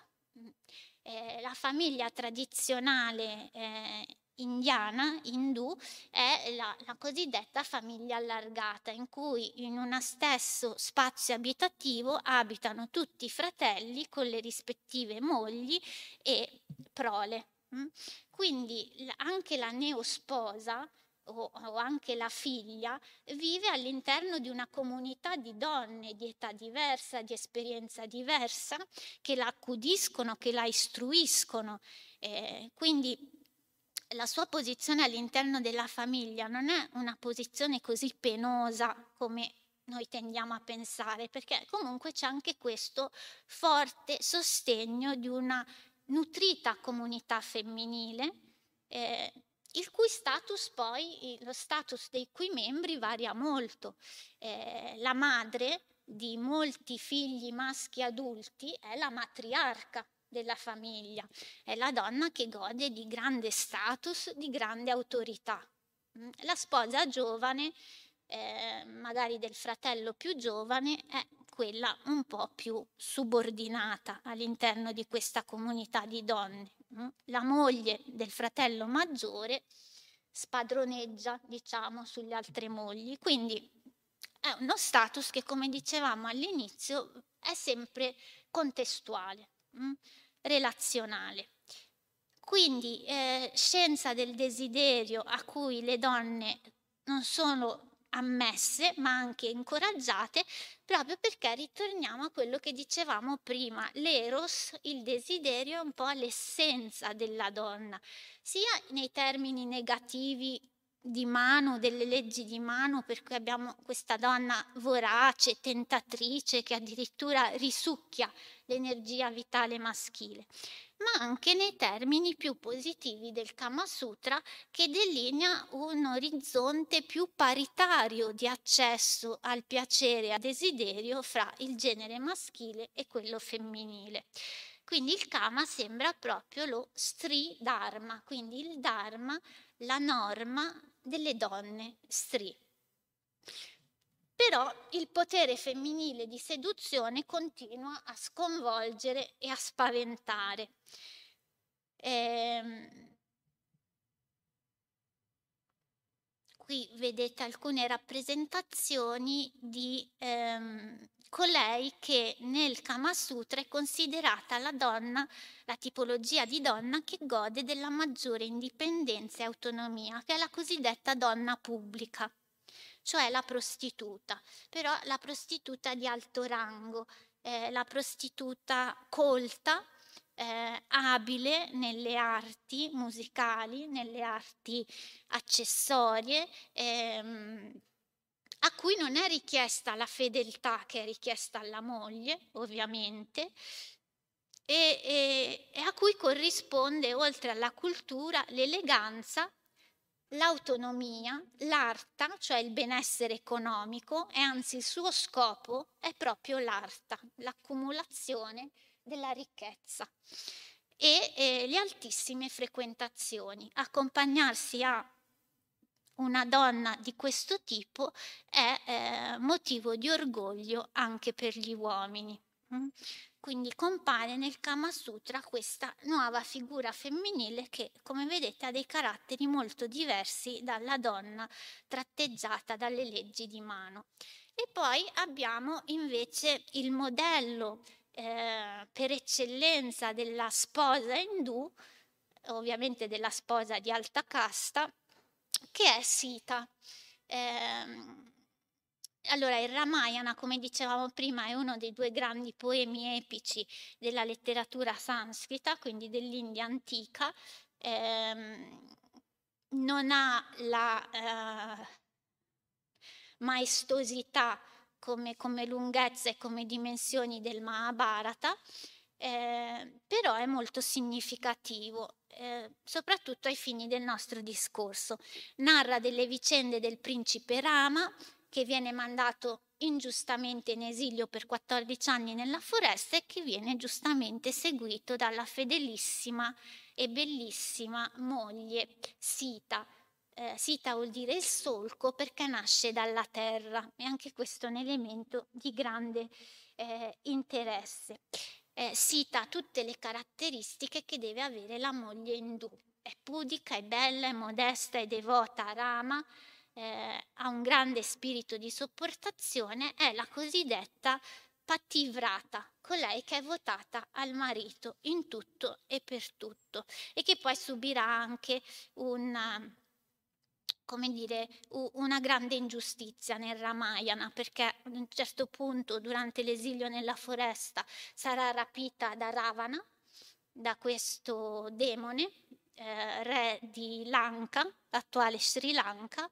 Eh, la famiglia tradizionale eh, indiana, indù, è la, la cosiddetta famiglia allargata, in cui in uno stesso spazio abitativo abitano tutti i fratelli con le rispettive mogli e prole. Quindi anche la neosposa o, o anche la figlia vive all'interno di una comunità di donne di età diversa, di esperienza diversa, che la accudiscono, che la istruiscono. Eh, quindi la sua posizione all'interno della famiglia non è una posizione così penosa come noi tendiamo a pensare, perché comunque c'è anche questo forte sostegno di una nutrita comunità femminile, eh, il cui status poi, lo status dei cui membri varia molto. Eh, la madre di molti figli maschi adulti è la matriarca della famiglia, è la donna che gode di grande status, di grande autorità. La sposa giovane, eh, magari del fratello più giovane, è quella un po' più subordinata all'interno di questa comunità di donne. La moglie del fratello maggiore spadroneggia, diciamo, sulle altre mogli, quindi è uno status che, come dicevamo all'inizio, è sempre contestuale, mh? relazionale. Quindi eh, scienza del desiderio a cui le donne non sono ammesse ma anche incoraggiate, proprio perché ritorniamo a quello che dicevamo prima, l'eros, il desiderio è un po' l'essenza della donna, sia nei termini negativi di Manu, delle leggi di Manu, per cui abbiamo questa donna vorace, tentatrice, che addirittura risucchia l'energia vitale maschile, ma anche nei termini più positivi del Kama Sutra, che delinea un orizzonte più paritario di accesso al piacere e al desiderio fra il genere maschile e quello femminile. Quindi il Kama sembra proprio lo Stri Dharma, quindi il Dharma, la norma delle donne Stri. Però il potere femminile di seduzione continua a sconvolgere e a spaventare. Ehm, qui vedete alcune rappresentazioni di ehm, colei che nel Kama Sutra è considerata la donna, la tipologia di donna che gode della maggiore indipendenza e autonomia, che è la cosiddetta donna pubblica, cioè la prostituta, però la prostituta di alto rango, eh, la prostituta colta, eh, abile nelle arti musicali, nelle arti accessorie, ehm, a cui non è richiesta la fedeltà che è richiesta alla moglie, ovviamente, e, e, e a cui corrisponde, oltre alla cultura, l'eleganza, l'autonomia, l'arta, cioè il benessere economico, e anzi il suo scopo è proprio l'arta, l'accumulazione della ricchezza e eh, le altissime frequentazioni. Accompagnarsi a una donna di questo tipo è eh, motivo di orgoglio anche per gli uomini. Quindi compare nel Kama Sutra questa nuova figura femminile che, come vedete, ha dei caratteri molto diversi dalla donna tratteggiata dalle leggi di Manu. E poi abbiamo invece il modello eh, per eccellenza della sposa indù, ovviamente della sposa di alta casta, che è Sita. Ehm, allora, il Ramayana, come dicevamo prima, è uno dei due grandi poemi epici della letteratura sanscrita, quindi dell'India antica. Ehm, non ha la eh, maestosità come, come lunghezza e come dimensioni del Mahabharata, eh, però è molto significativo, eh, soprattutto ai fini del nostro discorso. Narra delle vicende del principe Rama, che viene mandato ingiustamente in esilio per quattordici anni nella foresta e che viene giustamente seguito dalla fedelissima e bellissima moglie Sita. Eh, Sita vuol dire il solco perché nasce dalla terra, e anche questo è un elemento di grande eh, interesse. Eh, Sita ha tutte le caratteristiche che deve avere la moglie indù. È pudica, è bella, è modesta, è devota a Rama, eh, ha un grande spirito di sopportazione, è la cosiddetta pativrata, colei che è votata al marito in tutto e per tutto, e che poi subirà anche una, come dire, una grande ingiustizia nel Ramayana, perché ad un certo punto, durante l'esilio nella foresta, sarà rapita da Ravana, da questo demone, eh, re di Lanka, attuale Sri Lanka,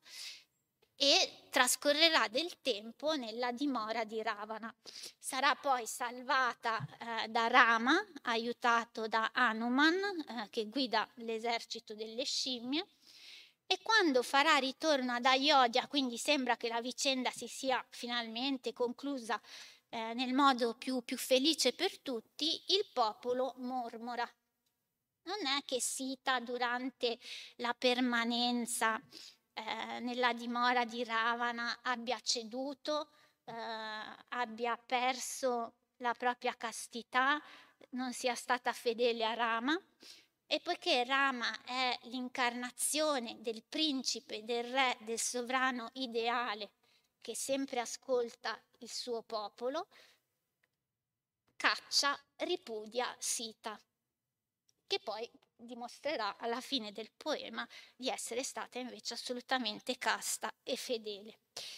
e trascorrerà del tempo nella dimora di Ravana. Sarà poi salvata eh, da Rama, aiutato da Hanuman, eh, che guida l'esercito delle scimmie, e quando farà ritorno ad Ayodhya, quindi sembra che la vicenda si sia finalmente conclusa eh, nel modo più, più felice per tutti, il popolo mormora. Non è che Sita, durante la permanenza eh, nella dimora di Ravana, abbia ceduto, eh, abbia perso la propria castità, non sia stata fedele a Rama. E poiché Rama è l'incarnazione del principe, del re, del sovrano ideale che sempre ascolta il suo popolo, caccia, ripudia Sita, che poi dimostrerà alla fine del poema di essere stata invece assolutamente casta e fedele.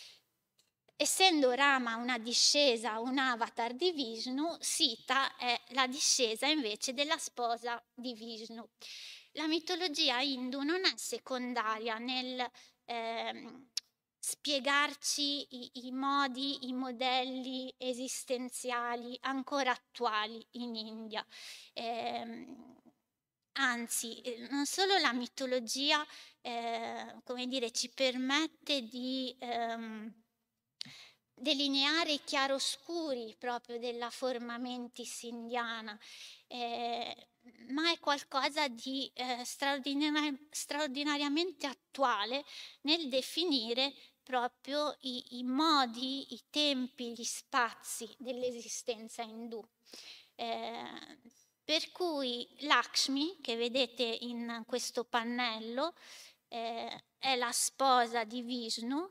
Essendo Rama una discesa, un avatar di Vishnu, Sita è la discesa invece della sposa di Vishnu. La mitologia hindu non è secondaria nel eh, spiegarci i, i modi, i modelli esistenziali ancora attuali in India. Eh, Anzi, non solo la mitologia, eh, come dire, ci permette di ehm, delineare i chiaroscuri proprio della forma mentis indiana, eh, ma è qualcosa di eh, straordinari- straordinariamente attuale nel definire proprio i, i modi, i tempi, gli spazi dell'esistenza indù. Eh, per cui Lakshmi, che vedete in questo pannello, eh, è la sposa di Vishnu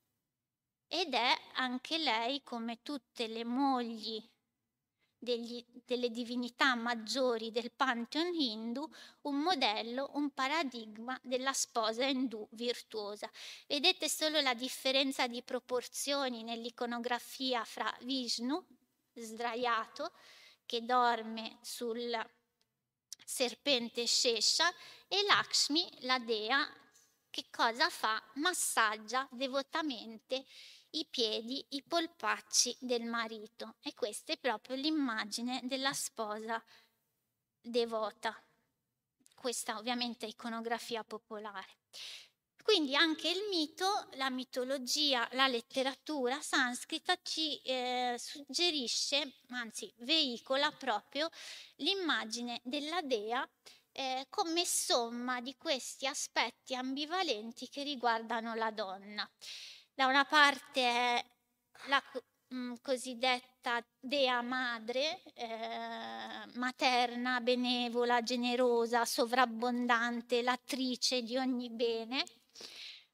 ed è anche lei, come tutte le mogli degli, delle divinità maggiori del Pantheon hindu, un modello, un paradigma della sposa indù virtuosa. Vedete solo la differenza di proporzioni nell'iconografia fra Vishnu, sdraiato, che dorme sul serpente Shesha, e Lakshmi, la dea, che cosa fa? Massaggia devotamente i piedi, i polpacci del marito. E questa è proprio l'immagine della sposa devota. Questa ovviamente è iconografia popolare. Quindi anche il mito, la mitologia, la letteratura sanscrita ci eh, suggerisce, anzi veicola proprio l'immagine della dea eh, come somma di questi aspetti ambivalenti che riguardano la donna. Da una parte è la mh, cosiddetta dea madre, eh, materna, benevola, generosa, sovrabbondante, l'attrice di ogni bene,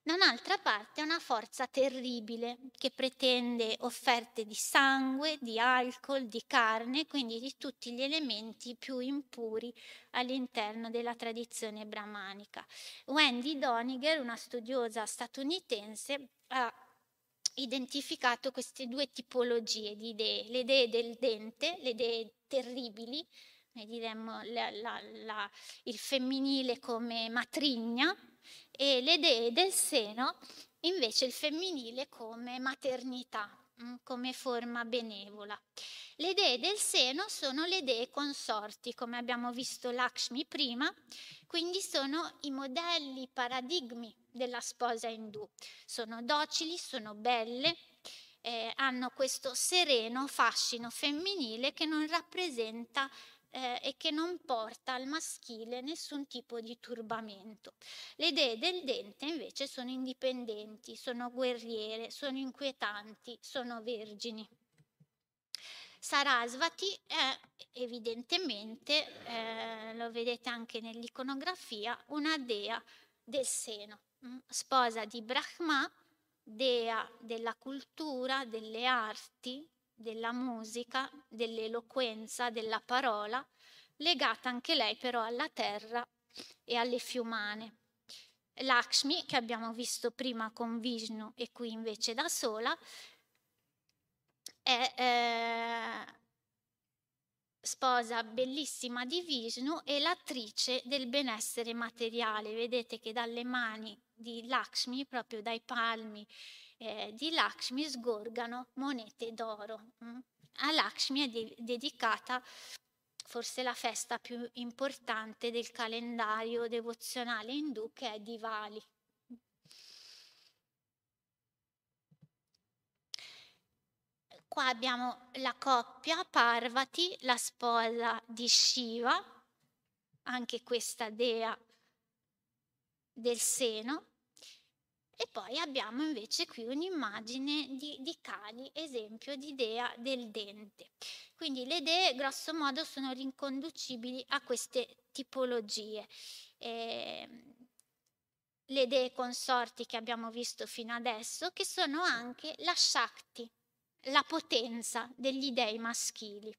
Da un'altra parte una forza terribile che pretende offerte di sangue, di alcol, di carne, quindi di tutti gli elementi più impuri all'interno della tradizione brahmanica. Wendy Doniger, una studiosa statunitense, ha identificato queste due tipologie di idee, le idee del dente, le idee terribili, noi diremmo la, la, la, il femminile come matrigna, e le idee del seno invece il femminile come maternità, come forma benevola. Le idee del seno sono le idee consorti, come abbiamo visto Lakshmi prima, quindi sono i modelli, i paradigmi della sposa indù. Sono docili, sono belle, eh, hanno questo sereno fascino femminile che non rappresenta eh, e che non porta al maschile nessun tipo di turbamento. Le idee del dente invece sono indipendenti, sono guerriere, sono inquietanti, sono vergini. Sarasvati è evidentemente, eh, lo vedete anche nell'iconografia, una dea del seno, mh? sposa di Brahma, dea della cultura, delle arti, della musica, dell'eloquenza, della parola, legata anche lei però alla terra e alle fiumane. Lakshmi, che abbiamo visto prima con Vishnu e qui invece da sola, è eh, sposa bellissima di Vishnu e l'attrice del benessere materiale. Vedete che dalle mani di Lakshmi, proprio dai palmi eh, di Lakshmi, sgorgano monete d'oro. Mm? A Lakshmi è de- dedicata forse la festa più importante del calendario devozionale indù, che è Diwali. Qua abbiamo la coppia Parvati, la sposa di Shiva, anche questa dea del seno, e poi abbiamo invece qui un'immagine di, di Kali, esempio di dea del dente. Quindi le dee grosso modo sono riconducibili a queste tipologie. Eh, le dee consorti che abbiamo visto fino adesso, che sono anche la Shakti, la potenza degli dei maschili.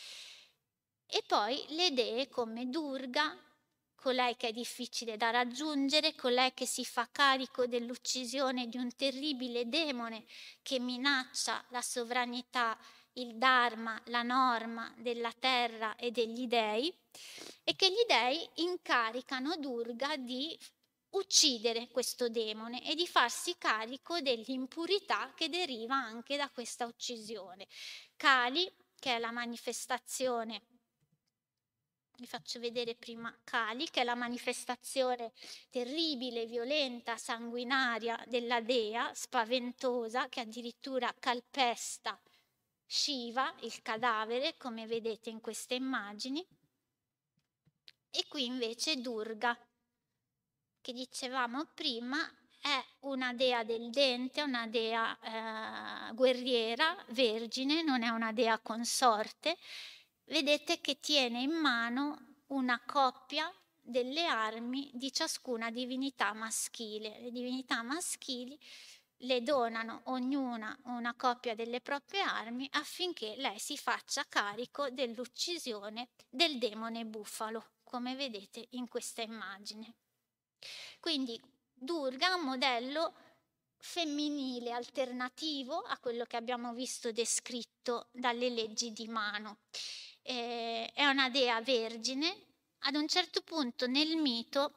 E poi le dee come Durga, colei che è difficile da raggiungere, colei che si fa carico dell'uccisione di un terribile demone che minaccia la sovranità, il dharma, la norma della terra e degli dei, e che gli dei incaricano Durga di uccidere questo demone e di farsi carico dell'impurità che deriva anche da questa uccisione. Kali, che è la manifestazione, vi faccio vedere prima Kali, che è la manifestazione terribile, violenta, sanguinaria della dea, spaventosa, che addirittura calpesta Shiva, il cadavere, come vedete in queste immagini. E qui invece Durga, che dicevamo prima, è una dea del dente, una dea eh, guerriera, vergine, non è una dea consorte. Vedete che tiene in mano una coppia delle armi di ciascuna divinità maschile. Le divinità maschili le donano ognuna una coppia delle proprie armi affinché lei si faccia carico dell'uccisione del demone bufalo, come vedete in questa immagine. Quindi Durga è un modello femminile alternativo a quello che abbiamo visto descritto dalle leggi di Manu. Eh, è una dea vergine. Ad un certo punto nel mito,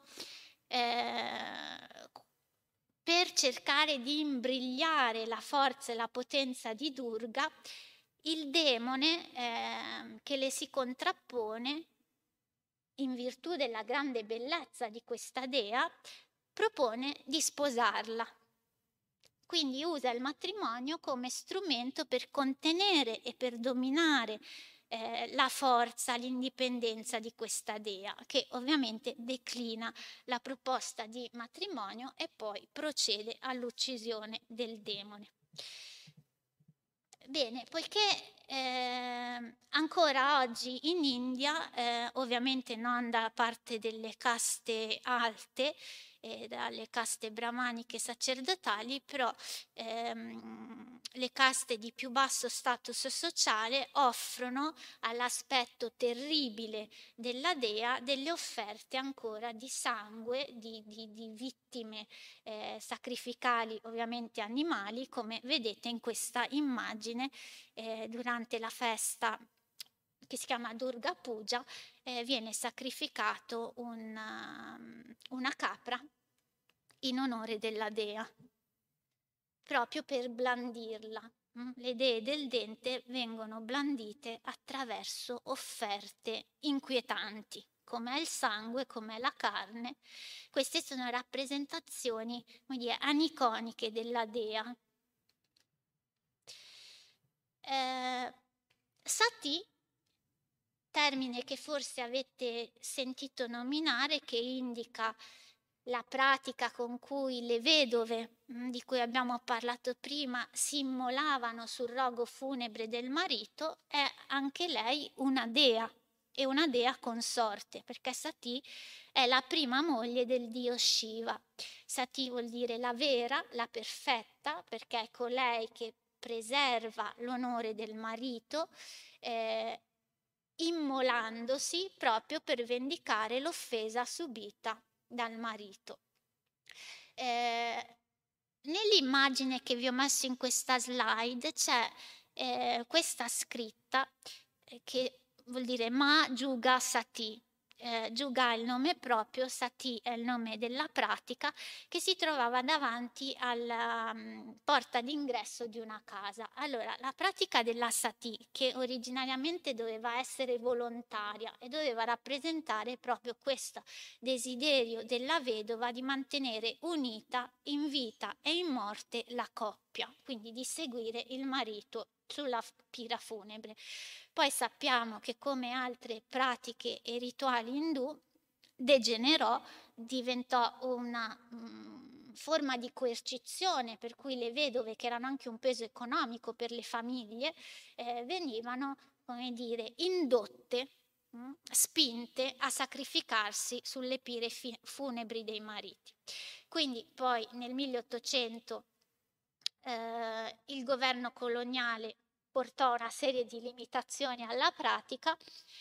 eh, per cercare di imbrigliare la forza e la potenza di Durga, il demone eh, che le si contrappone, in virtù della grande bellezza di questa dea, propone di sposarla. Quindi usa il matrimonio come strumento per contenere e per dominare eh, la forza, l'indipendenza di questa dea, che ovviamente declina la proposta di matrimonio e poi procede all'uccisione del demone. Bene, poiché eh, ancora oggi in India, eh, ovviamente non da parte delle caste alte, e dalle caste brahmaniche sacerdotali, però ehm, le caste di più basso status sociale offrono all'aspetto terribile della dea delle offerte ancora di sangue, di, di, di vittime eh, sacrificali, ovviamente animali, come vedete in questa immagine eh, durante la festa che si chiama Durga Puja, eh, viene sacrificato una, una capra in onore della dea, proprio per blandirla. Le dee del dente vengono blandite attraverso offerte inquietanti, come il sangue, come la carne. Queste sono rappresentazioni, come dire, aniconiche della dea. Eh, Sati, termine che forse avete sentito nominare, che indica la pratica con cui le vedove, di cui abbiamo parlato prima, si immolavano sul rogo funebre del marito, è anche lei una dea, e una dea consorte, perché Sati è la prima moglie del dio Shiva. Sati vuol dire la vera, la perfetta, perché è colei che preserva l'onore del marito, eh, immolandosi proprio per vendicare l'offesa subita dal marito. Eh, nell'immagine che vi ho messo in questa slide c'è eh, questa scritta eh, che vuol dire Ma Juga Sati. Eh, Juga è il nome proprio, Sati è il nome della pratica, che si trovava davanti alla um, porta d'ingresso di una casa. Allora, la pratica della Sati, che originariamente doveva essere volontaria e doveva rappresentare proprio questo desiderio della vedova di mantenere unita in vita e in morte la coppia, quindi di seguire il marito sulla pira funebre. Poi sappiamo che, come altre pratiche e rituali indù, degenerò, diventò una mh, forma di coercizione, per cui le vedove, che erano anche un peso economico per le famiglie, eh, venivano, come dire, indotte, mh, spinte a sacrificarsi sulle pire fi- funebri dei mariti. Quindi poi nel milleottocento eh, il governo coloniale portò una serie di limitazioni alla pratica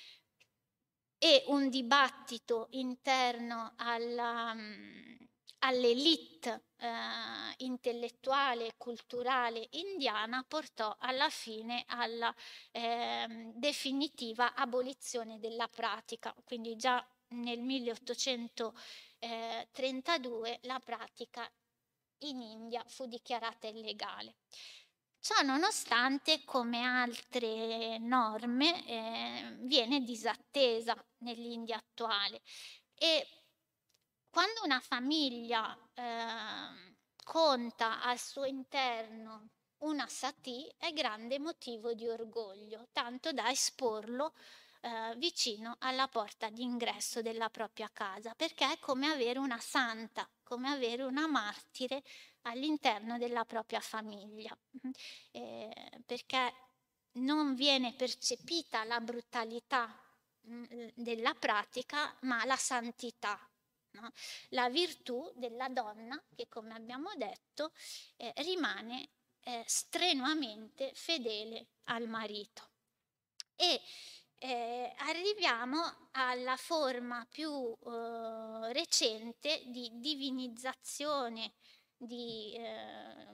e un dibattito interno alla, um, all'elite eh, intellettuale e culturale indiana portò alla fine alla eh, definitiva abolizione della pratica. Quindi già nel milleottocentotrentadue la pratica in India fu dichiarata illegale. Ciò nonostante, come altre norme, eh, viene disattesa nell'India attuale, e quando una famiglia eh, conta al suo interno una Sati è grande motivo di orgoglio, tanto da esporlo eh, vicino alla porta d'ingresso della propria casa, perché è come avere una santa, come avere una martire all'interno della propria famiglia, eh, perché non viene percepita la brutalità mh, della pratica, ma la santità, no? La virtù della donna che, come abbiamo detto, eh, rimane eh, strenuamente fedele al marito. E eh, arriviamo alla forma più eh, recente di divinizzazione di eh,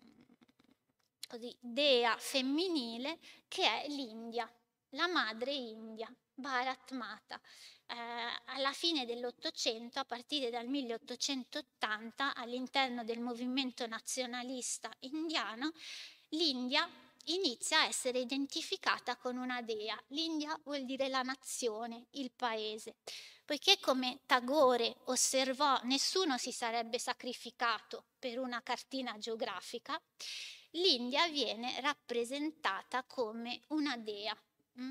così, dea femminile, che è l'India, la madre India, Bharat Mata. Eh, alla fine dell'Ottocento, a partire dal milleottocentottanta, all'interno del movimento nazionalista indiano, l'India inizia a essere identificata con una dea. L'India vuol dire la nazione, il paese, poiché, come Tagore osservò, nessuno si sarebbe sacrificato per una cartina geografica, l'India viene rappresentata come una dea. Mm?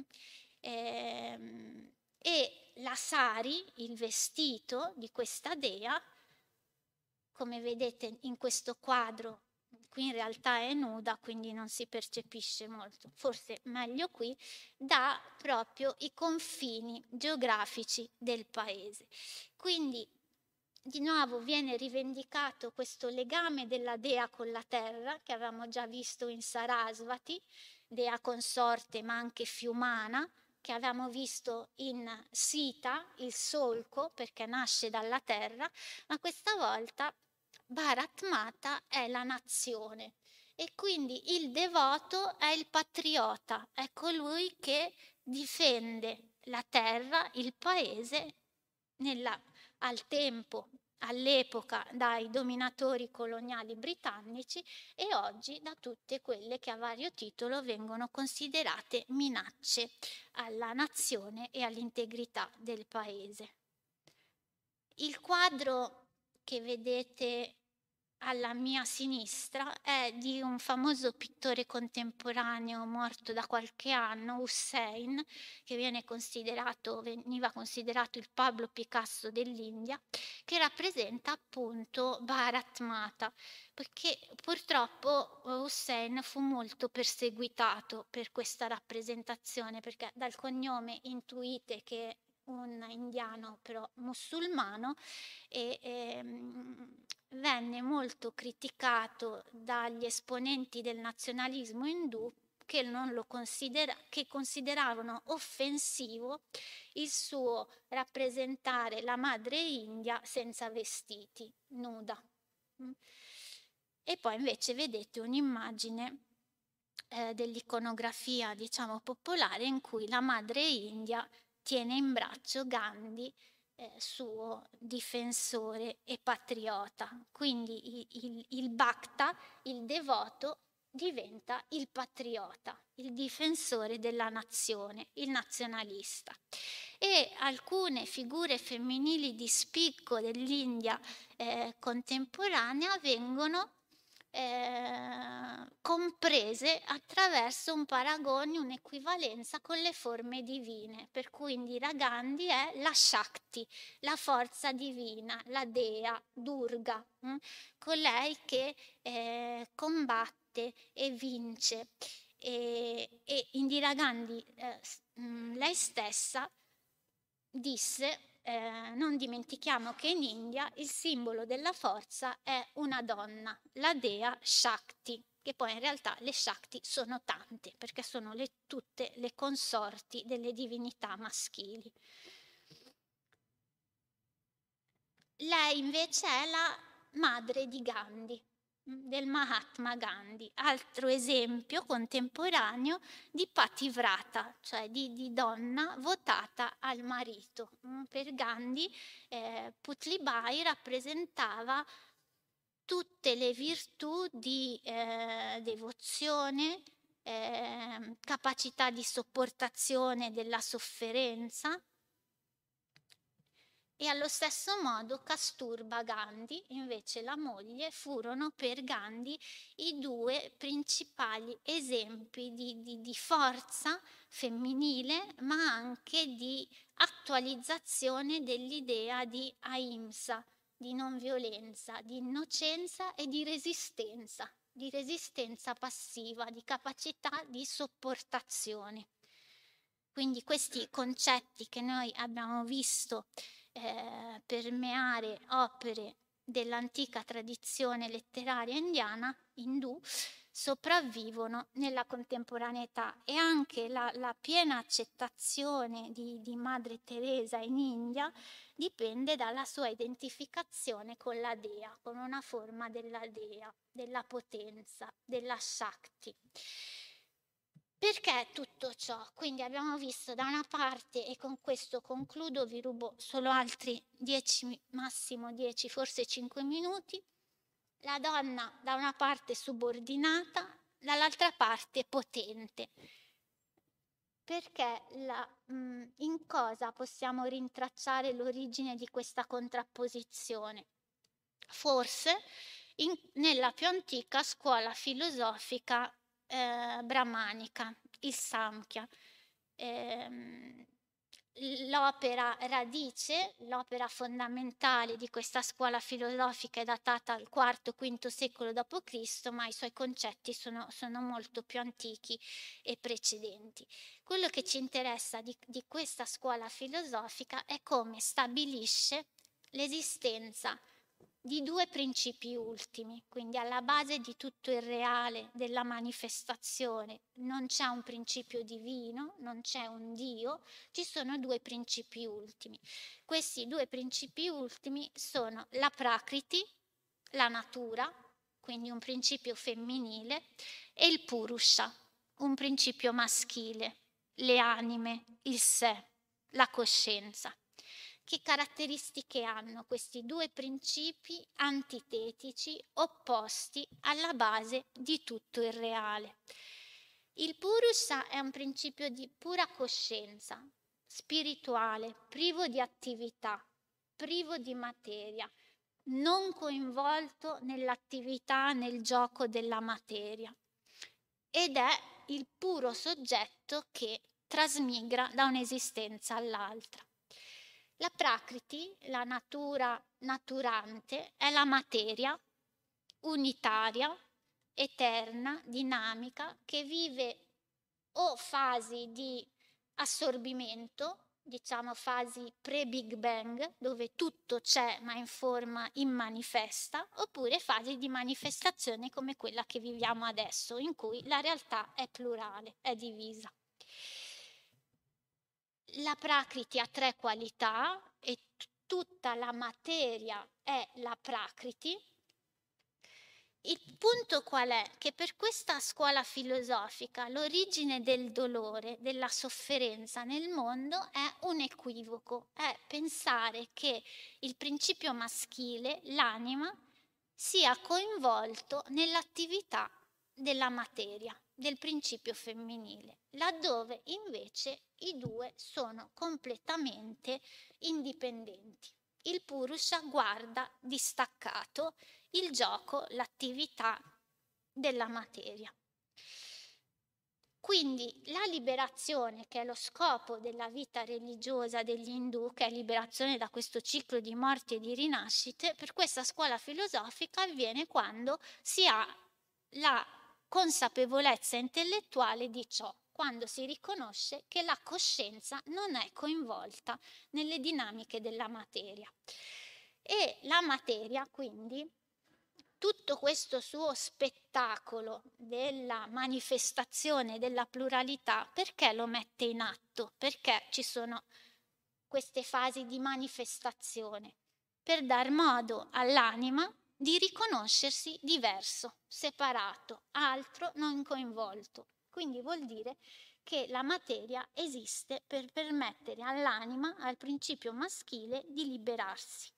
Ehm, e la sari, il vestito di questa dea, come vedete in questo quadro, qui in realtà è nuda, quindi non si percepisce molto, forse meglio qui, dà proprio i confini geografici del paese. Quindi di nuovo viene rivendicato questo legame della dea con la terra, che avevamo già visto in Sarasvati, dea consorte ma anche fiumana, che avevamo visto in Sita, il solco, perché nasce dalla terra, ma questa volta Bharat Mata è la nazione e quindi il devoto è il patriota, è colui che difende la terra, il paese, nella, al tempo, all'epoca dai dominatori coloniali britannici e oggi da tutte quelle che a vario titolo vengono considerate minacce alla nazione e all'integrità del paese. Il quadro che vedete alla mia sinistra è di un famoso pittore contemporaneo morto da qualche anno, Hussein, che viene considerato, veniva considerato il Pablo Picasso dell'India, che rappresenta appunto Bharat Mata, perché purtroppo Hussein fu molto perseguitato per questa rappresentazione, perché dal cognome intuite che è un indiano però musulmano e ehm, venne molto criticato dagli esponenti del nazionalismo indù che, non lo considera- che consideravano offensivo il suo rappresentare la madre India senza vestiti, nuda. E poi invece vedete un'immagine eh, dell'iconografia, diciamo, popolare in cui la madre India tiene in braccio Gandhi, eh, suo difensore e patriota. Quindi il, il, il Bhakta, il devoto, diventa il patriota, il difensore della nazione, il nazionalista. E alcune figure femminili di spicco dell'India eh, contemporanea vengono Eh, comprese attraverso un paragone, un'equivalenza con le forme divine, per cui Indira Gandhi è la Shakti, la forza divina, la dea, Durga, hm? colei che eh, combatte e vince. E, e Indira Gandhi, eh, lei stessa, disse eh, non dimentichiamo che in India il simbolo della forza è una donna, la dea Shakti, che poi in realtà le Shakti sono tante, perché sono le, tutte le consorti delle divinità maschili. Lei invece è la madre di Gandhi, del Mahatma Gandhi, altro esempio contemporaneo di pativrata, cioè di, di donna votata al marito. Per Gandhi eh, Putlibai rappresentava tutte le virtù di eh, devozione, eh, capacità di sopportazione della sofferenza. E allo stesso modo Kasturba Gandhi, invece la moglie, furono per Gandhi i due principali esempi di, di, di forza femminile, ma anche di attualizzazione dell'idea di ahimsa, di non violenza, di innocenza e di resistenza, di resistenza passiva, di capacità di sopportazione. Quindi questi concetti che noi abbiamo visto eh, permeare opere dell'antica tradizione letteraria indiana, indù, sopravvivono nella contemporaneità e anche la, la piena accettazione di, di Madre Teresa in India dipende dalla sua identificazione con la Dea, con una forma della Dea, della potenza, della Shakti. Perché tutto ciò? Quindi abbiamo visto da una parte, e con questo concludo, vi rubo solo altri dieci, massimo dieci, forse cinque minuti, la donna da una parte subordinata, dall'altra parte potente. Perché la, mh, in cosa possiamo rintracciare l'origine di questa contrapposizione? Forse in, nella più antica scuola filosofica Eh, brahmanica, il Samkhya. Eh, l'opera radice, l'opera fondamentale di questa scuola filosofica è datata al quarto quinto secolo dopo Cristo, ma i suoi concetti sono, sono molto più antichi e precedenti. Quello che ci interessa di, di questa scuola filosofica è come stabilisce l'esistenza di due principi ultimi, quindi alla base di tutto il reale della manifestazione non c'è un principio divino, non c'è un Dio, ci sono due principi ultimi. Questi due principi ultimi sono la Prakriti, la natura, quindi un principio femminile, e il Purusha, un principio maschile, le anime, il sé, la coscienza. Che caratteristiche hanno questi due principi antitetici, opposti alla base di tutto il reale? Il Purusha è un principio di pura coscienza, spirituale, privo di attività, privo di materia, non coinvolto nell'attività, nel gioco della materia, ed è il puro soggetto che trasmigra da un'esistenza all'altra. La Prakriti, la natura naturante, è la materia unitaria, eterna, dinamica, che vive o fasi di assorbimento, diciamo fasi pre-Big Bang, dove tutto c'è ma in forma immanifesta, oppure fasi di manifestazione come quella che viviamo adesso, in cui la realtà è plurale, è divisa. La Prakriti ha tre qualità e t- tutta la materia è la Prakriti. Il punto qual è? Che per questa scuola filosofica l'origine del dolore, della sofferenza nel mondo è un equivoco, è pensare che il principio maschile, l'anima, sia coinvolto nell'attività della materia, del principio femminile, laddove invece i due sono completamente indipendenti. Il Purusha guarda distaccato il gioco, l'attività della materia. Quindi la liberazione, che è lo scopo della vita religiosa degli Indù, che è liberazione da questo ciclo di morti e di rinascite, per questa scuola filosofica avviene quando si ha la consapevolezza intellettuale di ciò, quando si riconosce che la coscienza non è coinvolta nelle dinamiche della materia. E la materia, quindi, tutto questo suo spettacolo della manifestazione della pluralità, perché lo mette in atto? Perché ci sono queste fasi di manifestazione? Per dar modo all'anima di riconoscersi diverso, separato, altro, non coinvolto. Quindi vuol dire che la materia esiste per permettere all'anima, al principio maschile, di liberarsi.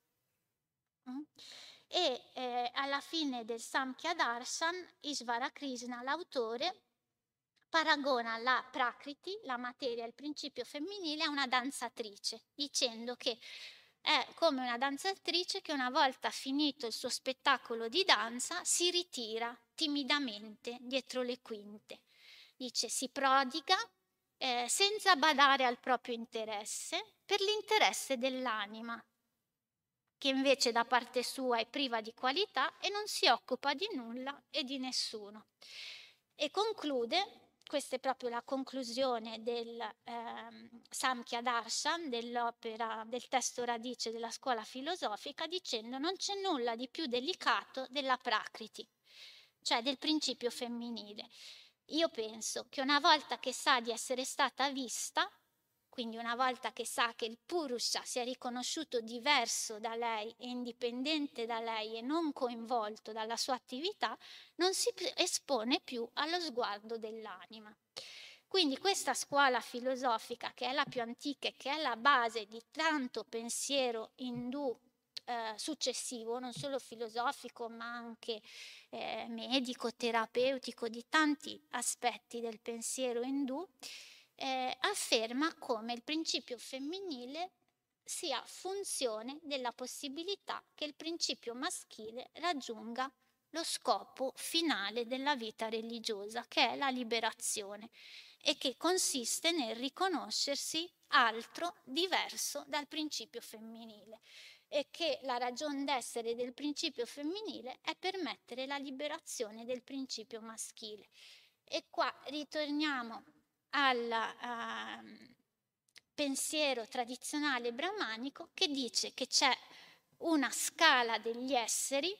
Mm? E eh, alla fine del Samkhya Darshan, Ishvara Krishna, l'autore, paragona la Prakriti, la materia, il principio femminile, a una danzatrice, dicendo che è come una danzatrice che una volta finito il suo spettacolo di danza si ritira timidamente dietro le quinte. Dice, si prodiga eh, senza badare al proprio interesse, per l'interesse dell'anima, che invece da parte sua è priva di qualità e non si occupa di nulla e di nessuno. E conclude, questa è proprio la conclusione del eh, Samkhya Darshan, dell'opera, del testo radice della scuola filosofica, dicendo: non c'è nulla di più delicato della Prakriti, cioè del principio femminile. Io penso che una volta che sa di essere stata vista, quindi una volta che sa che il Purusha sia riconosciuto diverso da lei e indipendente da lei e non coinvolto dalla sua attività, non si espone più allo sguardo dell'anima. Quindi questa scuola filosofica, che è la più antica e che è la base di tanto pensiero indù eh, successivo, non solo filosofico ma anche eh, medico, terapeutico, di tanti aspetti del pensiero indù, Eh, afferma come il principio femminile sia funzione della possibilità che il principio maschile raggiunga lo scopo finale della vita religiosa, che è la liberazione, e che consiste nel riconoscersi altro, diverso dal principio femminile, e che la ragion d'essere del principio femminile è permettere la liberazione del principio maschile. E qua ritorniamo al uh, pensiero tradizionale brahmanico, che dice che c'è una scala degli esseri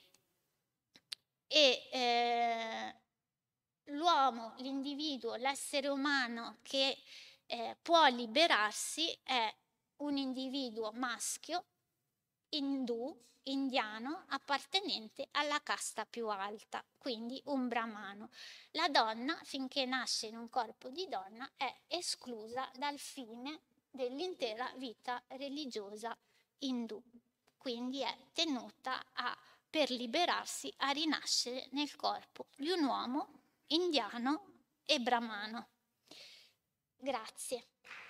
e eh, l'uomo, l'individuo, l'essere umano che eh, può liberarsi è un individuo maschio, indù, indiano, appartenente alla casta più alta, quindi un brahmano. La donna, finché nasce in un corpo di donna, è esclusa dal fine dell'intera vita religiosa indù, quindi è tenuta a, per liberarsi, a rinascere nel corpo di un uomo indiano e brahmano. Grazie.